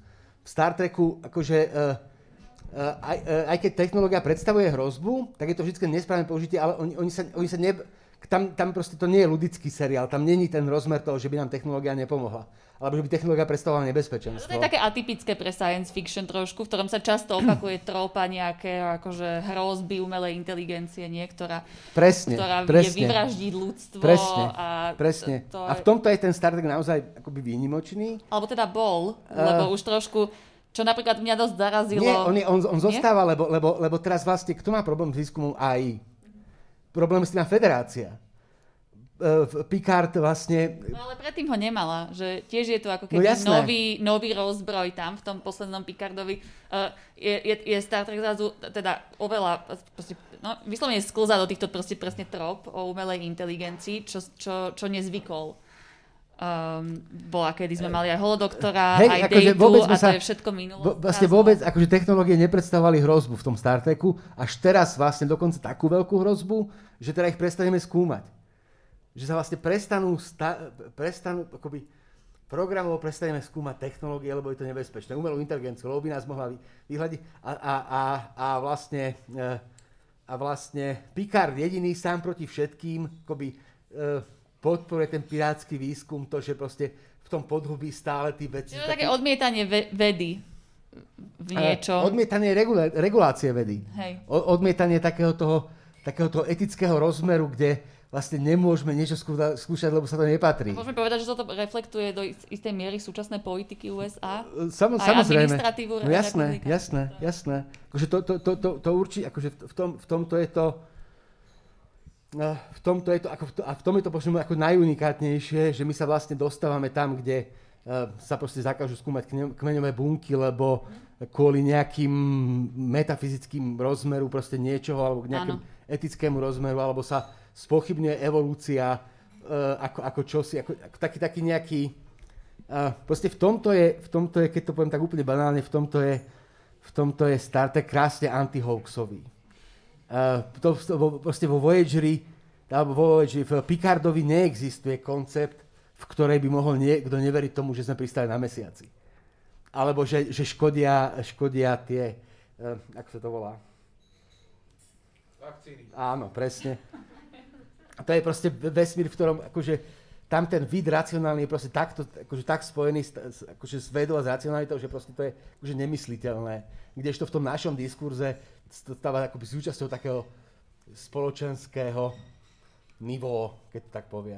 v Star Treku, akože uh, uh, aj, uh, aj keď technológia predstavuje hrozbu, tak je to vždy nesprávne použitie, ale oni, oni sa, oni sa ne, tam, tam proste to nie je ľudický seriál, tam není ten rozmer toho, že by nám technológia nepomohla. Alebo že by technológia predstavovala nebezpečenstvo. To je také atypické pre science fiction trošku, v ktorom sa často opakuje tropa nejaké akože hrozby umelej inteligencie, niektorá, presne, ktorá presne, vie vyvraždiť ľudstvo. Presne, a presne. To, to a v tomto je ten Star Trek naozaj akoby výnimočný. Alebo teda bol, lebo uh, už trošku, čo napríklad mňa dosť zarazilo. Nie, on, je, on, on zostáva, lebo, lebo, lebo teraz vlastne, kto má problém s výskumom á í? Problém s tým má Federácia. Picard vlastne... No ale predtým ho nemala, že tiež je tu ako keby no, nový, nový rozbroj tam v tom poslednom Picardovi. Uh, je, je, je Star Trek zrazu teda oveľa, proste, no vyslovene sklza do týchto proste presne trop o umelej inteligencii, čo, čo, čo nezvykol. Um, bola, kedy sme mali aj holodoktora, Hej, aj akože Dejtu a sa, to je všetko minulo. Vlastne vôbec, akože technológie nepredstavovali hrozbu v tom Star Treku, až teraz vlastne dokonca takú veľkú hrozbu, že teda ich prestaneme skúmať. Že sa vlastne prestanú, sta, prestanú akoby programovo prestaneme skúmať technológie, lebo je to nebezpečné. Umelú inteligenciu, lebo by nás mohla vyhľadiť. A, a, a, a, vlastne, a vlastne Picard jediný sám proti všetkým akoby, podporuje ten pirátsky výskum, to, že proste v tom podhubí stále tí veci. Je to také odmietanie ve- vedy v niečo. Odmietanie regula- regulácie vedy. Hej. O- odmietanie takého toho, takého toho etického rozmeru, kde vlastne nemôžeme niečo skúša- skúšať, lebo sa to nepatrí. A môžeme povedať, že toto reflektuje do istej miery súčasnej politiky ú es á? Samo, aj samozrejme. administratívu No jasné, republiky. jasné, jasné. Akože to, to, to, to, to určite, akože v, tom, v tomto je to v tomto je to, ako v to, a v tom je to možno ako najunikátnejšie, že my sa vlastne dostávame tam, kde uh, sa proste zakážu skúmať kmeňové bunky, lebo kvôli nejakým metafyzickým rozmeru proste niečoho, alebo k nejakému Áno. etickému rozmeru, alebo sa spochybňuje evolúcia uh, ako, ako čosi, ako, ako taký, taký nejaký... Uh, proste v tomto, je, v tomto je, keď to poviem tak úplne banálne, v tomto je, v tomto je Star Trek krásne anti-hoaxový. Uh, to, to, proste vo Voyageri, alebo vo Voyageri, v Picardovi neexistuje koncept, v ktorej by mohol niekto neveriť tomu, že sme pristali na mesiaci. Alebo že, že škodia, škodia tie, uh, ako sa to volá? Vakcíny. Áno, presne. A to je proste vesmír, v ktorom akože, tam ten vid racionálny je proste takto, akože, tak spojený s, akože, s vedou a s racionalitou, že proste to je akože, nemysliteľné. Kdežto v tom našom diskurze to stáva akoby súčasťou takého spoločenského nivou, keď to tak poviem.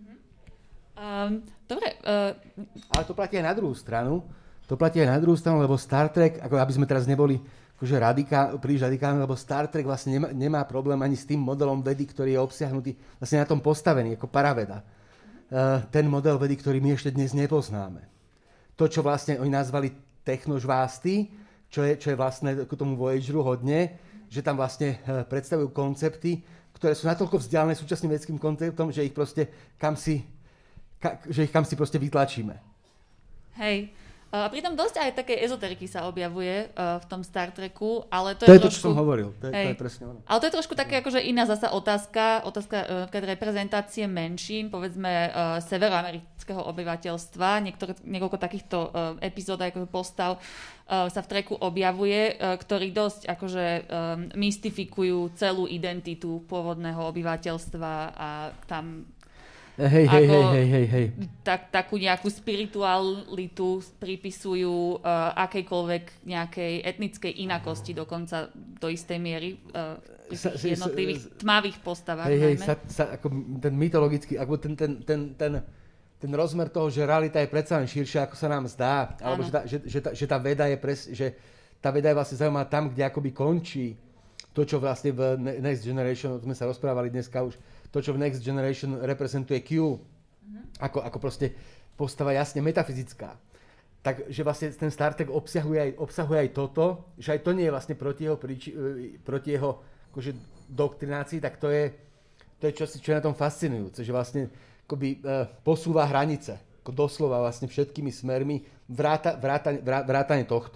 Um, dobre. Uh... Ale to platí aj na druhú stranu. To platí aj na druhú stranu, lebo Star Trek, ako aby sme teraz neboli akože radikál, príliš radikálni, lebo Star Trek vlastne nemá, nemá problém ani s tým modelom vedy, ktorý je obsiahnutý vlastne na tom postavený, ako paraveda. Uh, ten model vedy, ktorý my ešte dnes nepoznáme. To, čo vlastne oni nazvali technožvásty, čo je, čo je vlastne k tomu Voyageru hodne, že tam vlastne uh, predstavujú koncepty, ktoré sú natoľko vzdialené súčasným vedeckým konceptom, že ich proste kam si, ka, že ich kam si proste vytlačíme. Hej. A pritom dosť aj také ezoteriky sa objavuje uh, v tom Star Treku, ale To to, je, je to, trošku... čo som hovoril. To je, to je presne ono. Ale to je trošku také akože iná zasa otázka, otázka uh, reprezentácie menšín, povedzme uh, severoamerického obyvateľstva. Niektoré, niekoľko takýchto uh, epizód, ako postav uh, sa v Treku objavuje, uh, ktorí dosť akože um, mystifikujú celú identitu pôvodného obyvateľstva a tam Hej, hej, hej, hej, hej, hej. Tak, takú nejakú spiritualitu pripisujú uh, akejkoľvek nejakej etnickej inakosti, dokonca do istej miery uh, pri sa, tých jednotlivých sa, tmavých postavách. Hej, hej, najmä. sa, sa, ako ten mytologický, ako ten, ten, ten, ten, ten rozmer toho, že realita je predsa len širšia, ako sa nám zdá, alebo že tá, že, že, tá, že tá veda je pres, že tá veda je vlastne zaujímavá tam, kde akoby končí to, čo vlastne v Next Generation, o tom sme sa rozprávali dneska už, to, čo v Next Generation reprezentuje Q, mm-hmm. ako, ako proste postava jasne metafyzická. Takže vlastne ten Star Trek obsahuje aj, obsahuje aj toto, že aj to nie je vlastne proti jeho, príči, proti jeho akože, doktrinácii, tak to je, to je čosi, čo je na tom fascinujúce, že vlastne akoby, uh, posúva hranice, ako doslova vlastne všetkými smermi, vráta, vrátane, vrátane tohto.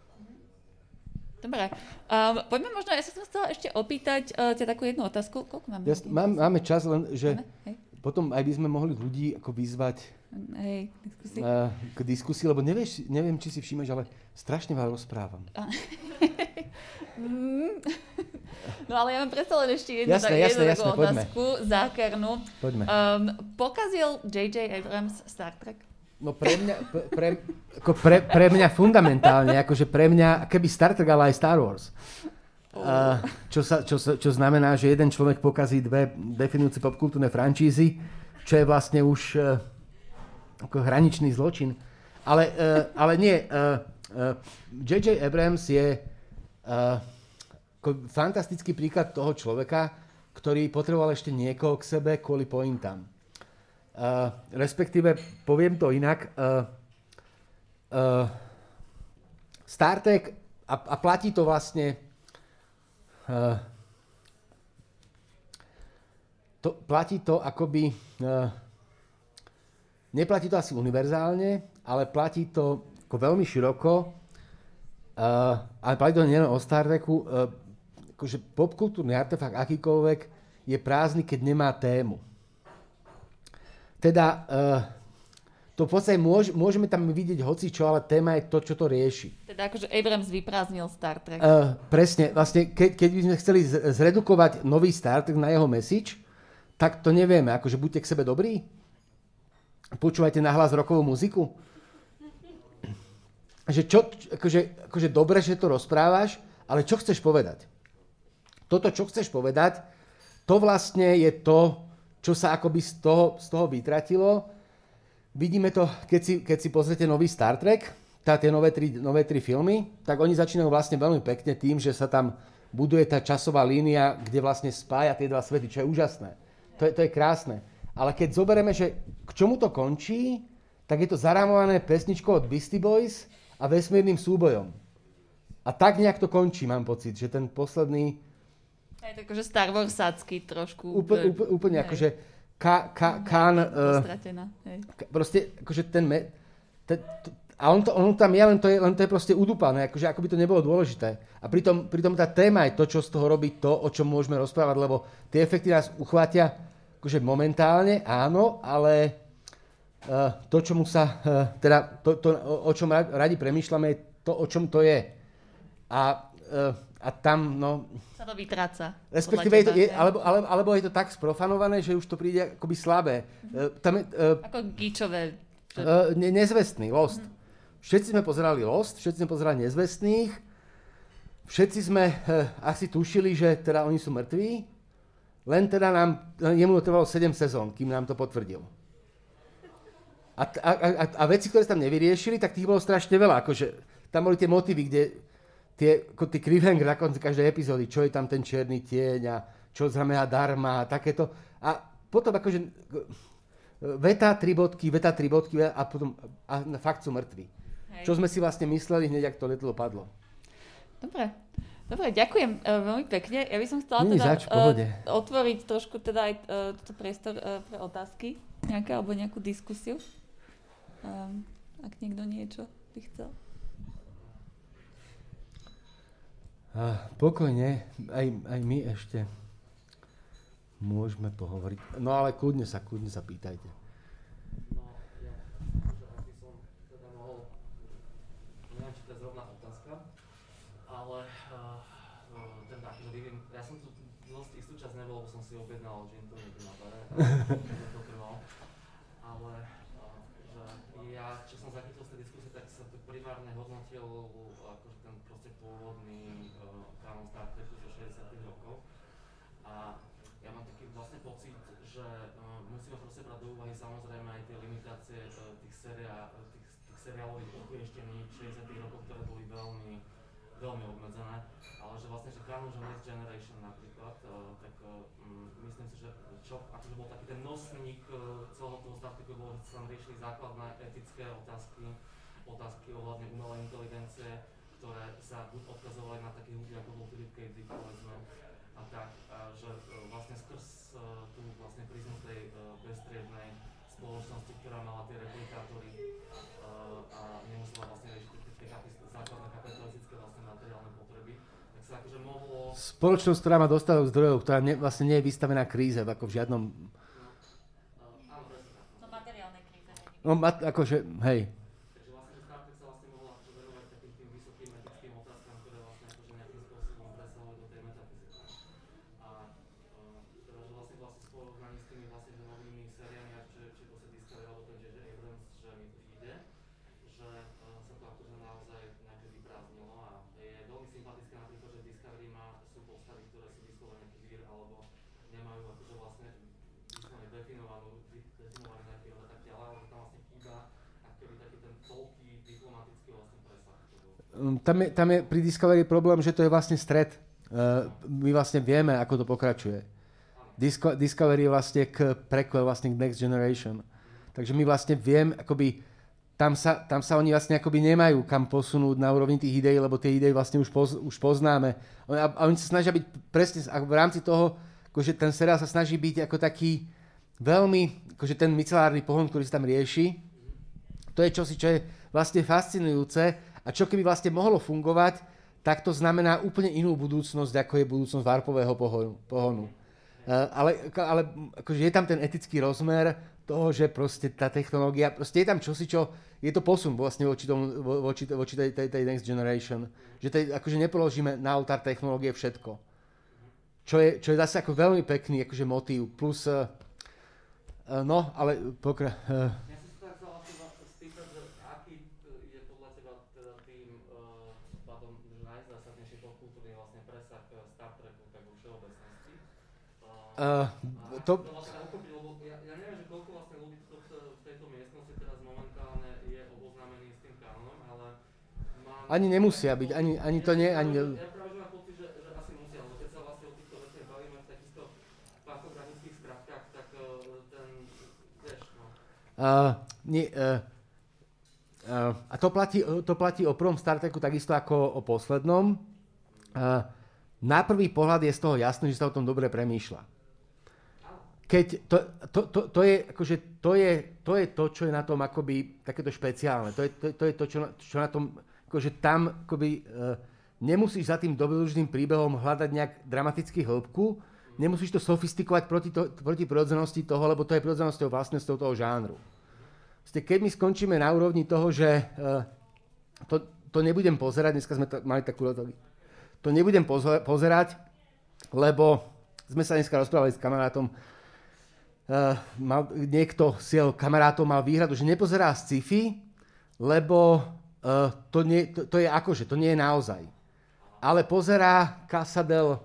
Dobre. Um, poďme možno, ja sa som chcela ešte opýtať uh, ťa takú jednu otázku. Koľko máme? Ja, mám, máme čas, len že máme? potom aj by sme mohli ľudí ako vyzvať hej, diskusii. Uh, k diskusii, lebo nevieš, neviem, či si všímaš, ale strašne veľa rozprávam. No ale ja mám predsa len ešte jednu, jasné, tak, jasné, jednu jasné, takú poďme. otázku zákernú. Poďme. Um, pokazil J J. Abrams Star Trek? No pre mňa, pre, pre, ako pre, pre mňa fundamentálne, akože pre mňa, keby Star Trek, ale aj Star Wars. Uh, čo, sa, čo, čo znamená, že jeden človek pokazí dve definujúce popkultúrne frančízy, čo je vlastne už uh, ako hraničný zločin. Ale, uh, ale nie, uh, uh, J J. Abrams je uh, ako fantastický príklad toho človeka, ktorý potreboval ešte niekoho k sebe kvôli pointám. Uh, respektíve, poviem to inak, uh, uh, Star Trek, a, a platí to vlastne, uh, to, platí to akoby, uh, neplatí to asi univerzálne, ale platí to ako veľmi široko, uh, ale platí to nielen o Star Treku, uh, akože popkultúrny artefakt akýkoľvek je prázdny, keď nemá tému. Teda, uh, to v podstate môž, môžeme tam vidieť hocičo, ale téma je to, čo to rieši. Teda akože Abrams vyprázdnil Star Trek. Uh, presne, vlastne, ke, keď by sme chceli z, zredukovať nový Star Trek na jeho message, tak to nevieme, akože buďte k sebe dobrí, počúvajte nahlas rockovú muziku. Že čo, akože, akože dobre, že to rozprávaš, ale čo chceš povedať? Toto, čo chceš povedať, to vlastne je to, čo sa akoby z toho, z toho vytratilo. Vidíme to, keď si, keď si pozriete nový Star Trek, tá, tie nové tri, nové tri filmy, tak oni začínajú vlastne veľmi pekne tým, že sa tam buduje tá časová línia, kde vlastne spája tie dva svety, čo je úžasné. To je, to je krásne. Ale keď zoberieme, že k čomu to končí, tak je to zarámované pesničkou od Beastie Boys a vesmírnym súbojom. A tak nejak to končí, mám pocit, že ten posledný... Je to akože Star Warsácky trošku. Úplne, úplne, úplne akože ka, ka, Khan... Postratená, hej. Uh, proste, akože ten... Me, ten to, a on, to, on tam je, len to je, len to je proste udúpané, akože ako by to nebolo dôležité. A pritom, pritom tá téma je to, čo z toho robí to, o čom môžeme rozprávať, lebo tie efekty nás uchvátia akože momentálne, áno, ale uh, to, čomu sa... Uh, teda to, to, o, o čom radi premýšľame, je to, o čom to je. A... Uh, A tam, no... Sa to vytráca. Respektíve, je to, je, alebo, alebo, alebo je to tak sprofanované, že už to príde akoby slabé. Mm-hmm. Uh, tam je, uh, Ako gíčové. Že... Uh, ne, nezvestný, Lost. Mm-hmm. Všetci sme pozerali Lost, všetci sme pozerali Nezvestných. Všetci sme uh, asi tušili, že teda oni sú mŕtví. Len teda nám, jemu trvalo sedem sezón, kým nám to potvrdil. A, a, a, a veci, ktoré sa tam nevyriešili, tak tých bolo strašne veľa. Akože, tam boli tie motívy, kde tie, ako tie cliffhanger na konci každej epizódy, čo je tam ten čierny tieň a čo znamená dharma a takéto. A potom akože veta, tri bodky, veta, tri bodky a potom a fakt sú mŕtvi. Hej. Čo sme si vlastne mysleli hneď, ak to letadlo padlo. Dobre. Dobre, ďakujem uh, veľmi pekne. Ja by som chcela Nie, teda zač, uh, otvoriť trošku teda aj uh, toto priestor uh, pre otázky nejaké, alebo nejakú diskusiu. Um, ak niekto niečo by chcel. Uh, pokojne, aj, aj my ešte môžeme pohovoriť. No ale kľudne sa, kľudne sa pýtajte. No, ja, že ak by som teda mohol, neviem, či to je zrovna otázka, ale uh, ten taký, že vyvím, ja som tu dosť istú časť nebol, lebo som si objednal gin tonic na bare, a to trval, ale uh, že ja, čo som zachytil z tej diskusie, tak sa to primárne hodnotil akože ten proste pôvodný kanon Star Treku zo šesťdesiatych rokov a ja mám taký vlastne pocit, že uh, musíme proste brať do úvahy samozrejme aj tie limitácie uh, tých, seria, tých, tých seriálových oklieštění šesťdesiatych rokov, ktoré boli veľmi, veľmi obmedzené, ale že vlastne, že kanon, že Next Generation napríklad, uh, tak uh, um, myslím si, že čo akože bol taký ten nosník uh, celého toho Star Treku, bolo, že sa tam riešili základné etické otázky, otázky ohľadne umelej inteligencie, ktoré sa buď odkazovali na takých ľudí, ako bol Philip K. Dick, povedzme, a tak, a že uh, vlastne skrz uh, tú vlastne prízmu tej uh, bezstriednej spoločnosti, ktorá mala tie replikátory uh, a nemusela vlastne riešiť tie základné kapitalistické vlastne materiálne potreby, tak sa akože mohlo... Spoločnosť, ktorá má dostatok zdrojov, ktorá ne, vlastne nie je vystavená kríze, ako v žiadnom... No materiálnej kríze. No, akože, hej. Takže vlastne, že Star Trek sa vlastne mohla akože venovať takým tým vysokým etickým otázkam, ktoré vlastne akože nejakým spôsobom presahujú do tej metafyziky. A uh, teda, že vlastne vlastne v porovnaní s tými vlastne že novými sériami, či, či to sa Discovery alebo ten J J Abrams, že mi tu ide, že uh, sa to akože naozaj nejak vyprázdnilo a je veľmi sympatické napríklad, že Discovery má, sú postavy, ktoré sú vyslovene queer alebo nemajú akože vlastne vyslovene definovanú, definovaný nejaký rod a tak ďalej, ale tam vlastne chýba akoby taký ten toľký diplomatický vlastne presah. Tam je, tam je pri Discovery problém, že to je vlastne stred. Uh, my vlastne vieme, ako to pokračuje. Disco, Discovery je vlastne k prequel, vlastne k Next Generation. Takže my vlastne vieme, akoby tam sa, tam sa oni vlastne akoby nemajú kam posunúť na úrovni tých ideí, lebo tie idei vlastne už, poz, už poznáme. A, a oni sa snažia byť presne v rámci toho, akože ten seriál sa snaží byť ako taký veľmi, akože ten micelárny pohon, ktorý sa tam rieši, to je čosi, čo je vlastne fascinujúce a čo keby vlastne mohlo fungovať, tak to znamená úplne inú budúcnosť, ako je budúcnosť warpového pohonu. pohonu. Uh, ale ale akože je tam ten etický rozmer toho, že proste tá technológia, proste je tam čosi, čo je to posun vlastne voči, tomu, voči, voči tej, tej, tej next generation. Že tej, akože nepoložíme na oltár technológie všetko. Čo je, čo je zase ako veľmi pekný akože motív. Plus, uh, uh, no, ale pokra... Uh, Ja si sa chcel vlastne spýtať, že aký je podľa teba teda tým uh, pádom najzásadnejší popkultúrny vlastne presah Star Treku tak vo všeobecnosti. Uh, uh, to... to vlastne uchopiť, lebo ja, ja neviem, že koľko vlastne ľudí v tejto miestnosti teraz momentálne je oboznámený s tým kanonom, ale mám... Ani nemusia byť, ani, ani to nie, ani... Ja práve, že mám pocit, že, že asi musia, lebo keď sa vlastne o týchto veciach bavíme v takýchto fachogranických skratkách, tak uh, ten, vieš, no... Uh, nie, uh, uh, a to platí, to platí o prvom Star Treku takisto ako o poslednom. Uh, na prvý pohľad je z toho jasné, že sa o tom dobre premýšľa. Keď to, to, to, to, je, akože, to, je, to je to, čo je na tom akoby takéto špeciálne. To je to, to, je to čo, na, čo na tom, akože tam akoby, uh, nemusíš za tým dobrodružným príbehom hľadať nejak dramatický hĺbku, nemusíš to sofistikovať proti, to, proti prirodzenosti toho, lebo to je prirodzenosťou vlastnosťou toho žánru. Keď my skončíme na úrovni toho, že uh, to, to nebudem pozerať, dneska sme to, mali takú to nebudem pozo- pozerať, lebo sme sa dneska rozprávali s kamarátom, uh, mal, niekto z jeho kamarátov mal výhradu, že nepozerá sci-fi, lebo uh, to, nie, to, to je akože, to nie je naozaj. Ale pozerá Casa del...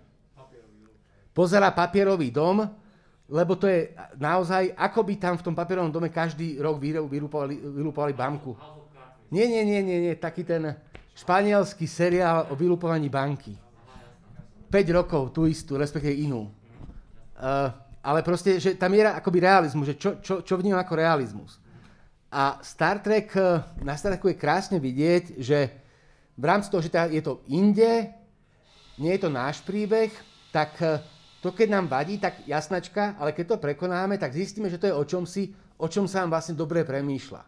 Pozerá Papierový dom, lebo to je naozaj, ako by tam v tom papierovom dome každý rok vylúpovali, vylúpovali banku. Nie, nie, nie, nie, nie, taký ten španielský seriál o vylúpovaní banky. päť rokov, tú istú, respektíve inú. Uh, ale proste, že tam je akoby realizmus, že čo, čo, čo vnímam ako realizmus. A Star Trek, na Star Treku je krásne vidieť, že v rámci toho, že je to inde, nie je to náš príbeh, tak to, keď nám vadí, tak jasnačka, ale keď to prekonáme, tak zistíme, že to je o čom si, o čom sa nám vlastne dobre premýšľa.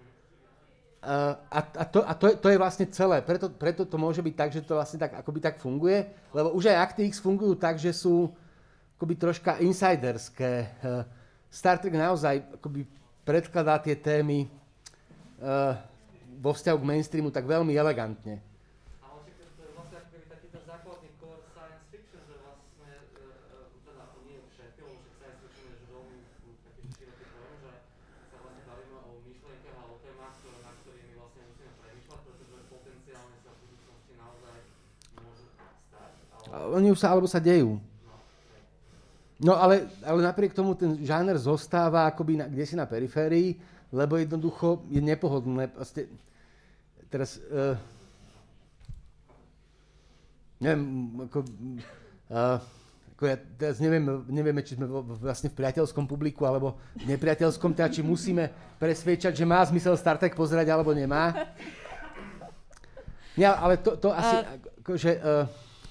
Uh, a a, to, a to, je, to je vlastne celé. Preto, preto to môže byť tak, že to vlastne tak, akoby tak funguje, lebo už aj Akty X fungujú tak, že sú akoby troška insiderské. Uh, Star Trek naozaj akoby predkladá tie témy uh, vo vzťahu k mainstreamu tak veľmi elegantne. Ale to je vlastne akoby taký ten základný core science fiction, že vlastne, teda nie všetko, lebo science fiction je veľmi taký široký pojem, že sa vlastne bavíme o myšlienkach a o témach, na ktorými vlastne musíme premýšľať, pretože potenciálne sa v budúcnosti naozaj môžu stať. Ale... Oni už sa, alebo sa dejú. No ale, ale napriek tomu ten žáner zostáva akoby na, kdesi na periférii, lebo jednoducho je nepohodlné. Proste, teraz, uh, neviem, ako, uh, ako ja teraz neviem, nevieme, či sme vlastne v priateľskom publiku, alebo v nepriateľskom, teda či musíme presviečať, že má zmysel Star Trek pozerať, alebo nemá. Nie, ale to, to asi, uh, akože... Uh,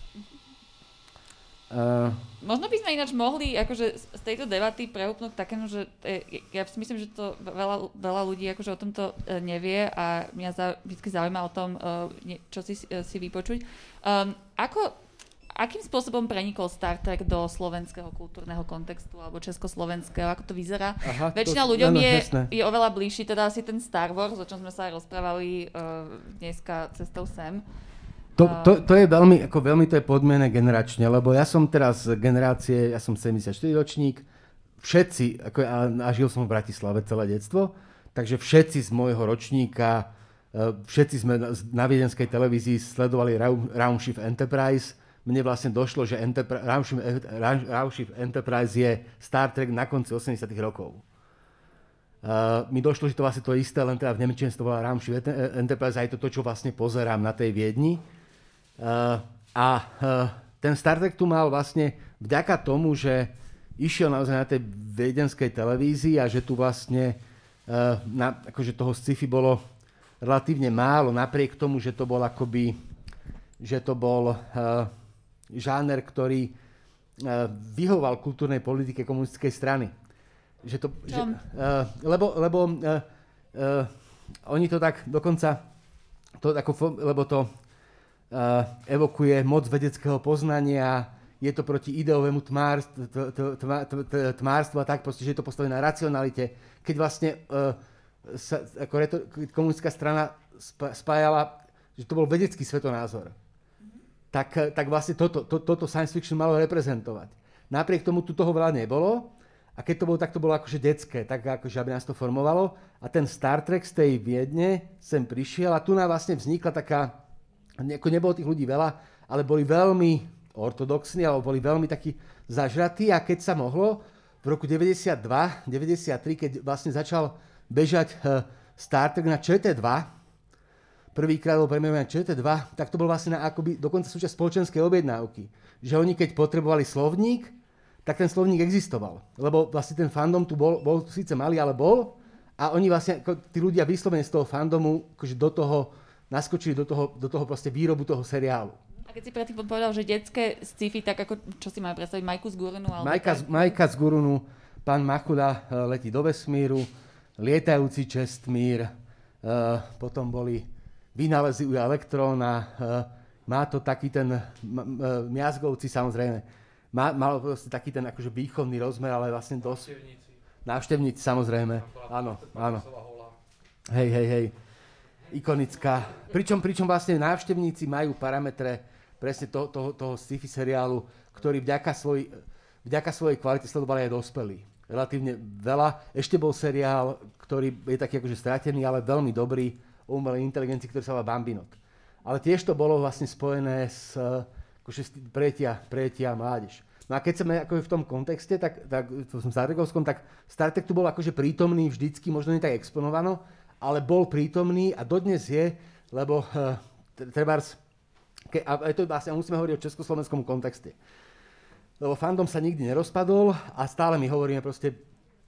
uh, Možno by sme ináč mohli akože z tejto debaty prehúpnúť takému, že e, ja si myslím, že to veľa, veľa ľudí akože o tomto e, nevie a mňa za, vždy zaujíma o tom, e, čo si, e, si vypočuť. Um, ako, akým spôsobom prenikol Star Trek do slovenského kultúrneho kontextu alebo československého, ako to vyzerá? Aha, väčšina to, ľuďom no, je, je oveľa bližší, teda asi ten Star Wars, o čom sme sa aj rozprávali uh, dneska cestou sem. To, to, to je veľmi, ako veľmi to je podmienené generačne, lebo ja som teraz z generácie, ja som sedemdesiatštyri ročník, všetci, ako, a, a žil som v Bratislave celé detstvo, takže všetci z môjho ročníka, všetci sme na viedenskej televízii sledovali Raumschiff Enterprise. Mne vlastne došlo, že Enterpri- Raumschiff, Raumschiff Enterprise je Star Trek na konci osemdesiatych rokov. Uh, mi došlo, že to vlastne to isté, len teda v nemčine to volá Raumschiff Enterprise a je to to, čo vlastne pozerám na tej Viedni. Uh, a uh, ten Star Trek tu mal vlastne vďaka tomu, že išiel naozaj na tej viedenskej televízii a že tu vlastne uh, na, akože toho sci-fi bolo relatívne málo, napriek tomu, že to bol akoby, že to bol uh, žáner, ktorý uh, vyhoval kultúrnej politike komunistickej strany. Že to, že, uh, lebo lebo uh, uh, oni to tak dokonca, to, ako, lebo to uh, evokuje moc vedeckého poznania, je to proti ideovému tmárstvu, tmárstvu a tak, proste, že je to postavené na racionalite. Keď vlastne uh, sa, ako reto, komunistická strana spájala, že to bol vedecký svetonázor, mm-hmm. tak, tak vlastne toto, to, toto science fiction malo reprezentovať. Napriek tomu tu toho veľa nebolo a keď to bolo, tak to bolo akože detské, tak akože aby nás to formovalo a ten Star Trek z tej Viedne sem prišiel a tu nám vlastne vznikla taká, ako nebolo tých ľudí veľa, ale boli veľmi ortodoxní, alebo boli veľmi takí zažratí a keď sa mohlo, v roku deväťdesiatdva deväťdesiattri, keď vlastne začal bežať Star Trek na Č T dva, prvýkrát bol premiérovaný na Č T dva, tak to bol vlastne na akoby dokonca súčasť spoločenskej objednávky. Že oni keď potrebovali slovník, tak ten slovník existoval. Lebo vlastne ten fandom tu bol, bol síce malý, ale bol a oni vlastne, ako tí ľudia vyslovene z toho fandomu, akože do toho naskočili do toho, do toho proste výrobu toho seriálu. A keď si predtým povedal, že detské sci-fi, tak ako, čo si majú predstaviť, Majku z Gurunu? Majka, Majka z Gurunu, pán Machuda letí do vesmíru, lietajúci čestmír, uh, potom boli vynálezy u elektróna, uh, má to taký ten, uh, Miazgovci samozrejme, má, mal proste taký ten akože výchovný rozmer, ale vlastne dosť... Návštevníci. Návštevníci, samozrejme, áno, áno. Hej, hej, hej, ikonická. Pričom, pričom vlastne návštevníci majú parametre presne toho, toho, toho sci-fi seriálu, ktorý vďaka, svoj, vďaka svojej kvalite sledovali aj dospelí. Relatívne veľa. Ešte bol seriál, ktorý je taký akože stratený, ale veľmi dobrý o umelej inteligencii, ktorý sa volá Bambinot. Ale tiež to bolo vlastne spojené s akože prejetia, prejetia mládež. No a keď sme ako v tom kontexte, tak, tak v tom Star Trekovskom, tak Star Trek tu bol akože prítomný vždycky, možno nie tak exponovano, ale bol prítomný a dodnes je, lebo uh, trebárs, ke, a to vlastne musíme hovoriť o československom kontexte. Lebo fandom sa nikdy nerozpadol a stále my hovoríme proste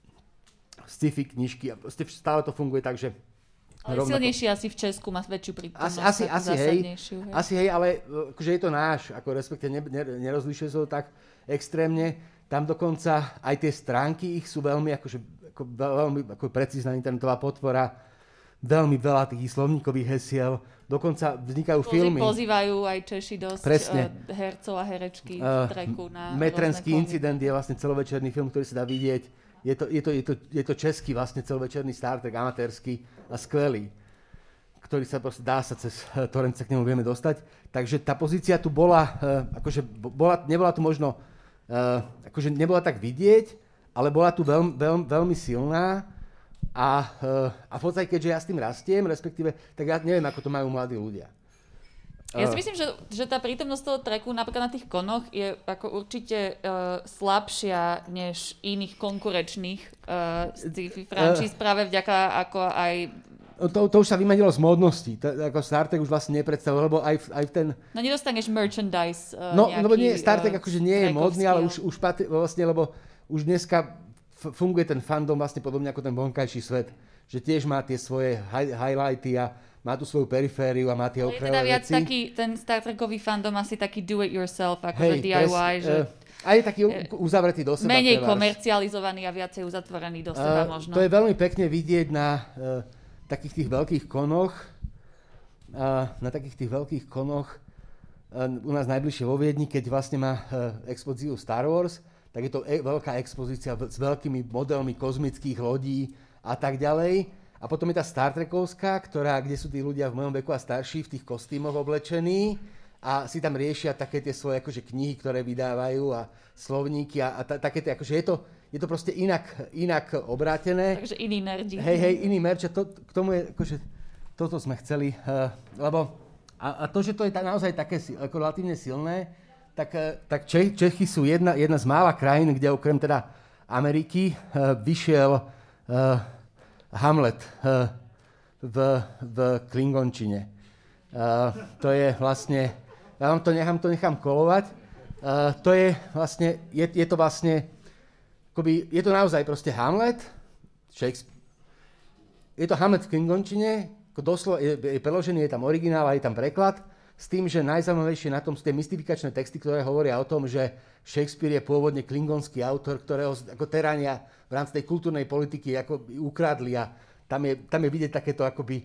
sci-fi knižky a proste stále to funguje tak, že... Ale rovnako... silnejšie asi v Česku má väčšiu prítomnosť. Asi, asi, asi hej, hej, asi hej, ale akože je to náš, ako respektive ne, ne, nerozlišuje sa to tak extrémne. Tam dokonca aj tie stránky ich sú veľmi, akože, ako, veľmi ako precízna internetová potvora, veľmi veľa tých slovníkových hesiel. Dokonca vznikajú Pozý, filmy. Pozývajú aj Češi dosť uh, hercov a herečky uh, v treku na Metrenský incident je vlastne celovečerný film, ktorý sa dá vidieť. Je to, je to, je to, je to český vlastne celovečerný Star Trek, amatérsky a skvelý, ktorý sa proste dá sa cez torrent sa k nemu vieme dostať. Takže tá pozícia tu bola, uh, akože bola, nebola tu možno, uh, akože nebola tak vidieť, ale bola tu veľmi, veľmi, veľmi silná. A, a v podstate, keďže ja s tým rastiem, respektíve, tak ja neviem, ako to majú mladí ľudia. Ja si myslím, že, že tá prítomnosť toho treku napríklad na tých konoch je ako určite uh, slabšia než iných konkurenčných uh, sci-fi franchise, uh, práve vďaka ako aj... To, to už sa vymenilo z módnosti. To, ako Star Trek už vlastne nepredstavuje, lebo aj, aj v ten... No nedostaneš merchandise uh, no, nejaký... No, nie, Star Trek uh, akože nie je módny, ale už, už patrí, vlastne, lebo už dneska funguje ten fandom vlastne podobne ako ten vonkajší svet. Že tiež má tie svoje hi- highlighty a má tu svoju perifériu a má tie okrajové veci. Je teda viac taký, ten Star Trekový fandom asi taký do it yourself, ako hey, D I Y, pres, že... Uh, a je taký uzavretý do seba. Menej komercializovaný a viacej uzatvorený do seba uh, možno. To je veľmi pekne vidieť na uh, takých tých veľkých konoch. Uh, na takých tých veľkých konoch u nás najbližšie vo Viedni, keď vlastne má expozíciu Star Wars, tak je to e- veľká expozícia s veľkými modelmi kozmických lodí a tak ďalej. A potom je tá Star Trekovská, ktorá, kde sú tí ľudia v mojom veku a starší v tých kostýmoch oblečení a si tam riešia také tie svoje akože knihy, ktoré vydávajú a slovníky a, a ta, také tie, akože je to, je to proste inak, inak obrátené. Takže iný nerdi. Hej, hej, iný merch. To, k tomu je, akože, toto sme chceli, uh, lebo A, a to, že to je ta, naozaj také ako relatívne silné, tak, tak Čech, Čechy sú jedna, jedna z mála krajín, kde okrem teda Ameriky uh, vyšiel uh, Hamlet uh, v, v klingončine. Uh, to je vlastne, ja vám to nechám, to nechám kolovať, uh, to je vlastne, je, je to vlastne, akoby, je to naozaj proste Hamlet, Shakespeare, je to Hamlet v klingončine, doslova je, je preložený, je tam originál a je tam preklad, s tým, že najzaujímavejšie na tom sú tie mystifikačné texty, ktoré hovoria o tom, že Shakespeare je pôvodne klingonský autor, ktorého ako terania v rámci tej kultúrnej politiky ako ukradli a tam je, tam je vidieť takéto akoby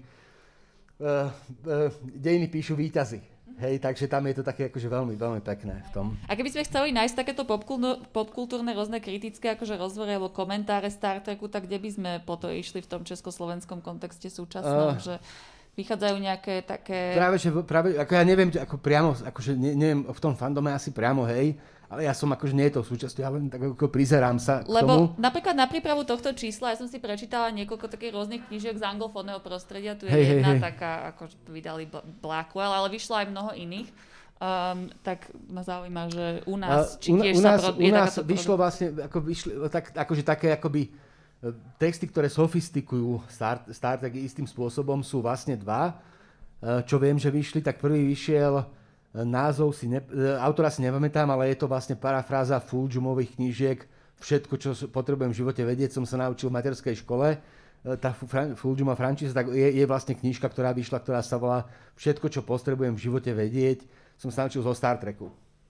uh, uh, dejiny píšu víťazi. Hej, takže tam je to také akože veľmi, veľmi pekné v tom. A keby sme chceli nájsť takéto popkultúrne rôzne kritické akože rozhovory alebo komentáre Star Treku, tak kde by sme po to išli v tom československom kontexte súčasnom, uh, že vychádzajú nejaké také... Práve, že práve, ako ja neviem, ako priamo, akože ne, neviem, v tom fandome asi priamo, hej, ale ja som akože nie je to súčasťou, ja len tak ako prizerám sa k Lebo tomu. napríklad na prípravu tohto čísla ja som si prečítala niekoľko takých rôznych knížiek z anglofónneho prostredia. Tu je hej, jedna hej, taká, ako vydali Blackwell, ale vyšlo aj mnoho iných. Um, tak ma zaujíma, že u nás, či tiež u nás, sa pro, u nás vyšlo vlastne, ako vyšli, tak, akože také akoby texty, ktoré sofistikujú Star, Star Trek istým spôsobom, sú vlastne dva. Čo viem, že vyšli, tak prvý vyšiel, názov si, ne, autora si nepamätám, ale je to vlastne parafráza Fulgjumových knížiek. Všetko, čo potrebujem v živote vedieť, som sa naučil v materskej škole. Tá Fulgjuma franchise tak je, je vlastne knižka, ktorá vyšla, ktorá sa volá Všetko, čo potrebujem v živote vedieť, som sa naučil zo Star Treku.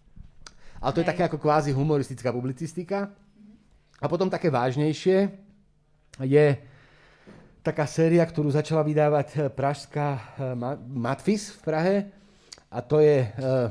Ale to je také ako kvázi humoristická publicistika. A potom také vážnejšie je taká séria, ktorú začala vydávať pražská Matfis v Prahe. A to je uh,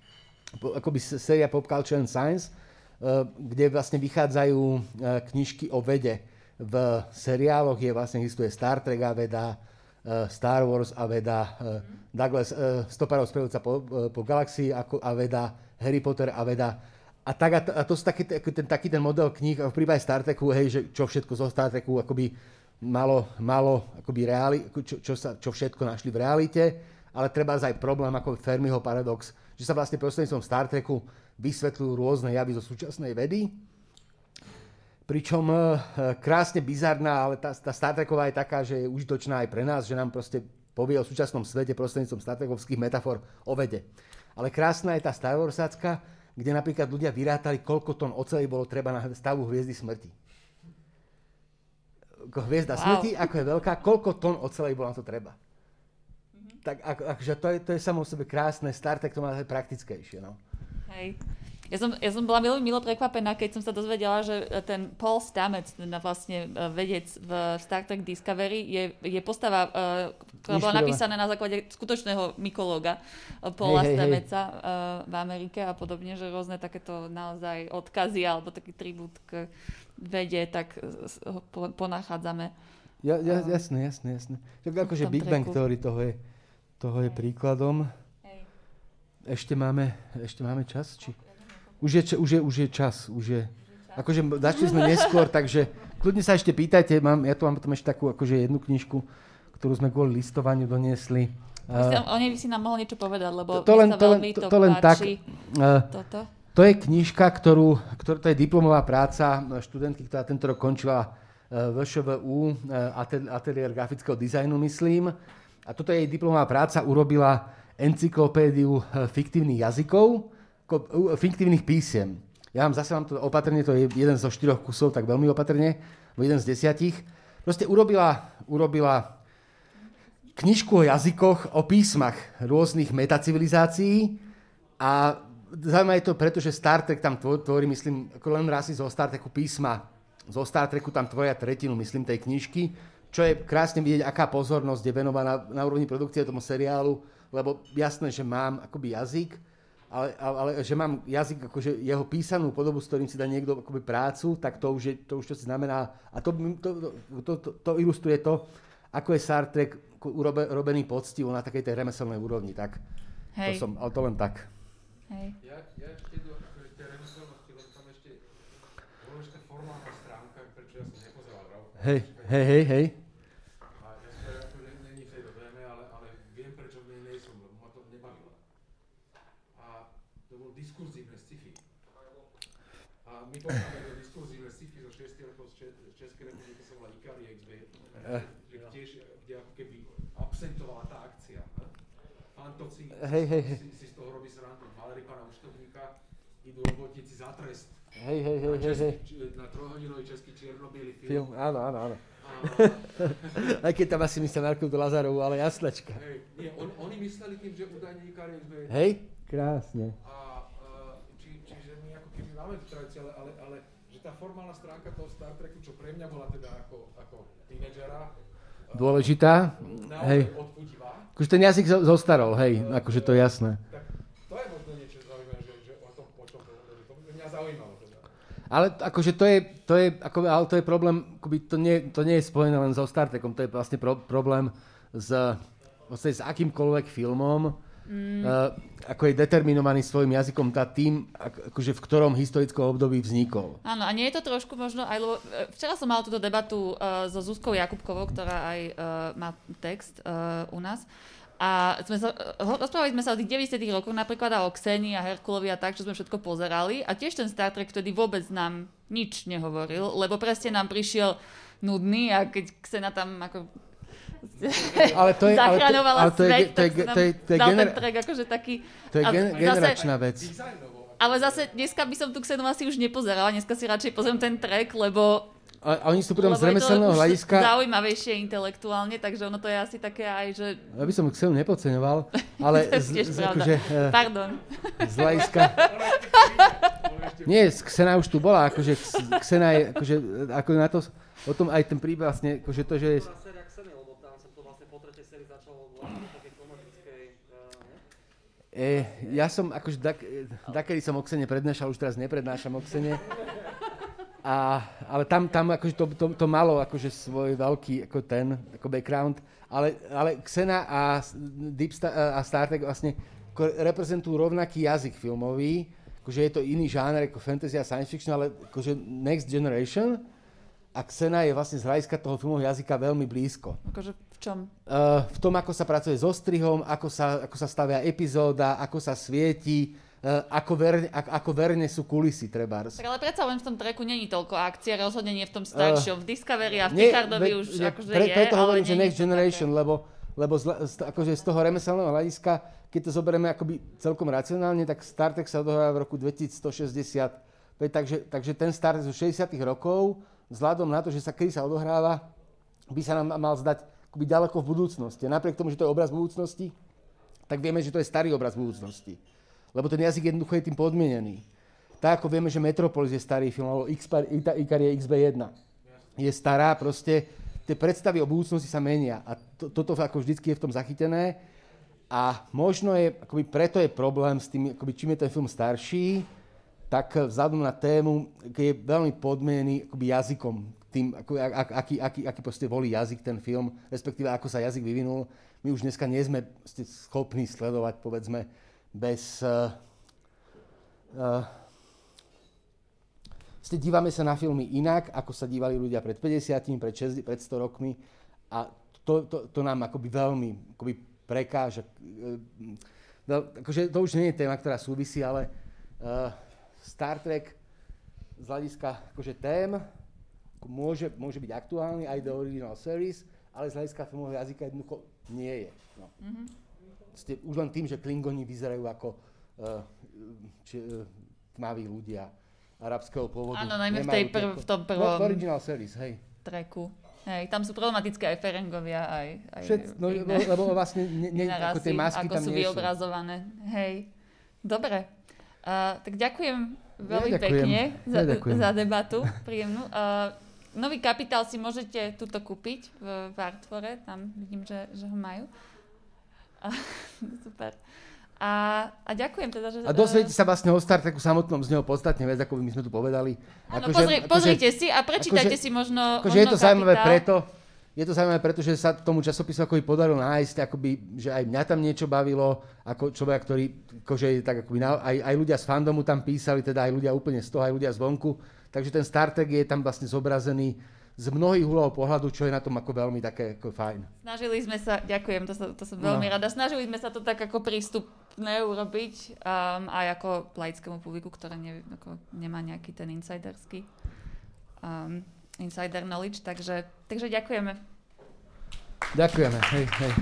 akoby séria Pop Culture and Science, uh, kde vlastne vychádzajú uh, knižky o vede. V seriáloch je vlastne existuje Star Trek a veda, uh, Star Wars a veda, uh, Douglas uh, Stopárov sprievodca po, uh, po galaxii ako, a veda, Harry Potter a veda. A, tak, a, to, a to sú taký ten, taký ten model kníh, v prípade Star Treku, hej, že čo všetko zo Star Treku akoby malo, malo akoby reali, čo, čo, sa, čo všetko našli v realite, ale treba aj problém ako Fermiho paradox, že sa vlastne prostredníctvom Star Treku vysvetľujú rôzne javy zo súčasnej vedy. Pričom e, krásne bizarná, ale tá, tá Star Treková je taká, že je užitočná aj pre nás, že nám proste povie o súčasnom svete prostredníctvom Star Trekovských metafor o vede. Ale krásna je tá Star Warsácka, kde napríklad ľudia vyrátali, koľko tón oceli bolo treba na stavu hviezdy smrti. Hviezda wow. smrti, ako je veľká, koľko tón oceli bolo na to treba. Tak akože to je, to je samo o sebe krásne, Star Trek to má aj praktickejšie, no. Hej. Ja som, ja som bola veľmi milo prekvapená, keď som sa dozvedela, že ten Paul Stamets, ten vlastne vedec v Star Trek Discovery, je, je postava, ktorá bola napísaná na základe skutočného mykológa Paula hey, hey, Stametsa hey. v Amerike a podobne, že rôzne takéto naozaj odkazy alebo taký tribút k vede, tak ponachádzame. Ja, ja, jasné, jasné, jasné. Tak akože Big Bang Theory toho je, toho je príkladom. Hej. Ešte máme, ešte máme čas? Či... Už je, už, je, už je čas. Už je, akože začali sme neskôr, takže kľudne sa ešte pýtajte. Mám, ja tu mám potom ešte takú akože jednu knižku, ktorú sme kvôli listovaniu doniesli. Uh, o nej by si nám mohol niečo povedať, lebo to, to len, sa to veľmi to, to, to len tak, uh, toto. To je knižka, ktorú, ktorú, to je diplomová práca študentky, ktorá tento rok končila uh, vé š vé ú, uh, ateliér grafického dizajnu, myslím. A toto je jej diplomová práca, urobila encyklopédiu uh, fiktívnych jazykov, fiktívnych písiem. Ja vám zase vám to opatrne, to je jeden zo štyroch kusov, tak veľmi opatrne, jeden z desiatich. Proste urobila, urobila knižku o jazykoch, o písmach rôznych metacivilizácií a zaujímavé je to, pretože Star Trek tam tvorí, myslím, ako len raz si zo Star Treku písma, zo Star Treku tam tvoria tretinu, myslím, tej knižky, čo je krásne vidieť, aká pozornosť je venovaná na úrovni produkcie tomu seriálu, lebo jasné, že mám akoby jazyk, ale, ale, ale že mám jazyk, akože jeho písanú podobu, s ktorým si dá niekto akoby prácu, tak to už, je, to už čo si znamená. A to, to, to, to, to ilustruje to, ako je Star Trek urobe, robený poctivo na takej tej remeselnej úrovni. Tak, Hej. to som, ale to len tak. Hej. Ja, ja ešte do tej remeselnosti, lebo tam ešte dôležitá formálna stránka, prečo ja som nepozeral. Hej, hej, hej, hej. A ja som ako není v tejto téme, ale, ale viem, prečo v nej nejsom, lebo ma to nebavilo. A to bolo diskurzívne sci-fi. A my poznáme to diskurzívne sci-fi zo šiestich rokov z Českej republiky, sa volá Ikari X B, Uh. tiež, kde ako keby absentovala tá akcia. Fantoci Hej, hej, hej. si, si z toho robí srandu. Mali pána účtovníka, idú robotníci za trest. Hej, hej, hej, hej, hej. Na trojhodinový český čierno-biely film. Film, áno, áno, áno. A, Aj keď tam asi myslel Marku do Lazarovu, ale jasnačka. hej, nie, on, oni mysleli tým, že údajne Ikari X B. Hej? Krásne. A, uh, či, čiže my ako keby máme tú tradíciu, ale, ale, ale že tá formálna stránka toho Star Treku, čo pre mňa bola teda ako, ako tínedžera, Dôležitá. Hej. naozaj odpudivá, Akože ten jazyk zo- zostarol, hej, akože to je jasné. tak to je možno niečo zaujímavé, že, že o tom, po čom to hovorí. To by mňa zaujímalo teda. Ale akože to je, to je, ako, ale to je problém, akoby to, nie, to nie je spojené len so Star Trekom, to je vlastne pro, problém s, vlastne s akýmkoľvek filmom, mm. uh, ako je determinovaný svojim jazykom tá tým, akože v ktorom historickom období vznikol. Áno, a nie je to trošku možno aj, lebo včera som mala túto debatu uh, so Zuzkou Jakubkovou, ktorá aj uh, má text uh, u nás. A sme sa, uh, rozprávali sme sa o tých deväťdesiatych rokoch, napríklad o Xenii a Herkulovi a tak, čo sme všetko pozerali. A tiež ten Star Trek vtedy vôbec nám nič nehovoril, lebo presne nám prišiel nudný a keď Xena tam ako Ale to je, ale to, zachraňovala ale to je, svet, to je, tak sa nám to je, to je, dal gener, ten track akože taký... to je a gen, zase- generačná vec. Dizajnovo. Ale zase dneska by som tu Xenu asi už nepozerala, dneska si radšej pozriem ten track, lebo... A, a oni sú potom lebo z remeselného je to už hľadiska... zaujímavejšie intelektuálne, takže ono to je asi také aj, že... Ja by som Xenu nepodceňoval, ale To je z, tiež z, pravda. akože, eh, Pardon. z hľadiska... Nie, Xena už tu bola, akože Xena je, akože, ako na to, o tom aj ten príbeh vlastne, akože to, že je... Na séria Xeny, lebo tam sa to vlastne po tretej sérii začalo vlastne v takej komedickej, uh, E, ja som, akože, dak, dakedy som o Xene prednášal, už teraz neprednášam o Xene. A, ale tam, tam akože to, to, to malo akože svoj veľký ako ten, ako background, ale, ale Xena a Deep Star, a Star Trek vlastne reprezentujú rovnaký jazyk filmový, akože je to iný žáner ako fantasy a science fiction, ale akože Next Generation a Xena je vlastne z hľadiska toho filmového jazyka veľmi blízko. Akože v čom? Uh, v tom, ako sa pracuje so strihom, ako sa, ako sa stavia epizóda, ako sa svieti, uh, ako, verne, ako, ako verne sú kulisy, trebárs. Tak ale predsa len v tom tracku není toľko akcie, rozhodne nie v tom staršom. V Discovery a v Nie, Picardovi ve- už ne, akože pre, je, preto ale hovorím, že není Next to Generation, také. lebo, lebo z, z, akože z toho remeselného hľadiska, keď to zoberieme akoby celkom racionálne, tak Star Trek sa odohráva v roku dvetisícstošesťdesiatpäť, takže, takže ten Star Trek zo šesťdesiatych rokov, vzhľadom na to, že sa kedy sa odohráva, by sa nám mal zdať akoby ďaleko v budúcnosti. A napriek tomu, že to je obraz budúcnosti, tak vieme, že to je starý obraz budúcnosti. Lebo ten jazyk jednoducho je tým podmienený. Tak ako vieme, že Metropolis je starý film, alebo Ikari je X B jedna. Je stará, proste tie predstavy o budúcnosti sa menia. A to, toto ako vždycky je v tom zachytené. A možno je, akoby preto je problém s tým, akoby čím je ten film starší, tak vzhľadom na tému, keď je veľmi podmienený akoby jazykom, tým, ako, ak, aký, aký, aký proste volí jazyk ten film, respektíve ako sa jazyk vyvinul. My už dneska nie sme schopní sledovať, povedzme, bez... Uh, uh, ste dívame sa na filmy inak, ako sa dívali ľudia pred päťdesiatimi, pred šesťdesiatimi, pred sto rokmi a to, to, to nám akoby veľmi akoby prekáža. Uh, akože to už nie je téma, ktorá súvisí, ale uh, Star Trek z hľadiska akože tém môže, môže byť aktuálny aj do original series, ale z hľadiska filmového jazyka jednoducho nie je. No. Mm-hmm. Ste, už len tým, že Klingoni vyzerajú ako uh, či, uh, tmaví ľudia arabského pôvodu. Áno, najmä v, tej prv, v tom prvom no, original series, hej. tracku. Hej, tam sú problematické aj Ferengovia, aj, aj Všet, no, iné, lebo vlastne ne, ne, ako tie masky ako tam sú nie sú. vyobrazované. Hej, dobre. Uh, tak ďakujem veľmi Ja ďakujem. pekne za, Ja ďakujem. za debatu príjemnú. Uh, nový kapitál si môžete tuto kúpiť v, v Artfore, tam vidím, že, že ho majú. Uh, super. A, a ďakujem teda, že... A dozviete sa vlastne o Star Treku samotnom z neho podstatne viac, ako by my sme tu povedali. Áno, Akože- pozri, akože- pozrite si a prečítajte akože- si možno, akože možno je to zaujímavé Kapitál. preto, je to zaujímavé preto, že sa tomu časopisu akoby podarilo nájsť, akoby, že aj mňa tam niečo bavilo, ako človek, ktorý, akože tak akoby, aj, aj ľudia z fandomu tam písali, teda aj ľudia úplne z toho, aj ľudia zvonku. Takže ten Star Trek je tam vlastne zobrazený z mnohých uhlov pohľadu, čo je na tom ako veľmi také ako fajn. Snažili sme sa, ďakujem, to, sa, to som veľmi No. rada, snažili sme sa to tak ako prístupné urobiť um, aj ako laickému publiku, ktoré ne, ako nemá nejaký ten insiderský um, insider knowledge, takže, takže ďakujeme. Ďakujeme. Hej, hej.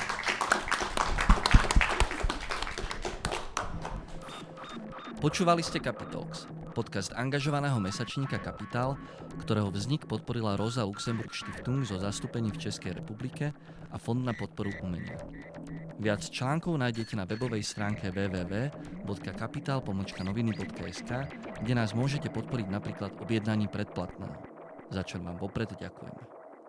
Počúvali ste Capitalx, podcast angažovaného mesačníka Kapitál, ktorého vznik podporila Rosa Luxemburg Stiftung zo zastúpení v Českej republike a Fond na podporu umenia. Viac článkov nájdete na webovej stránke w w w bodka kapital pomlčka noviny bodka es ka, kde nás môžete podporiť napríklad objednaním predplatného, za čo vám vopred ďakujeme.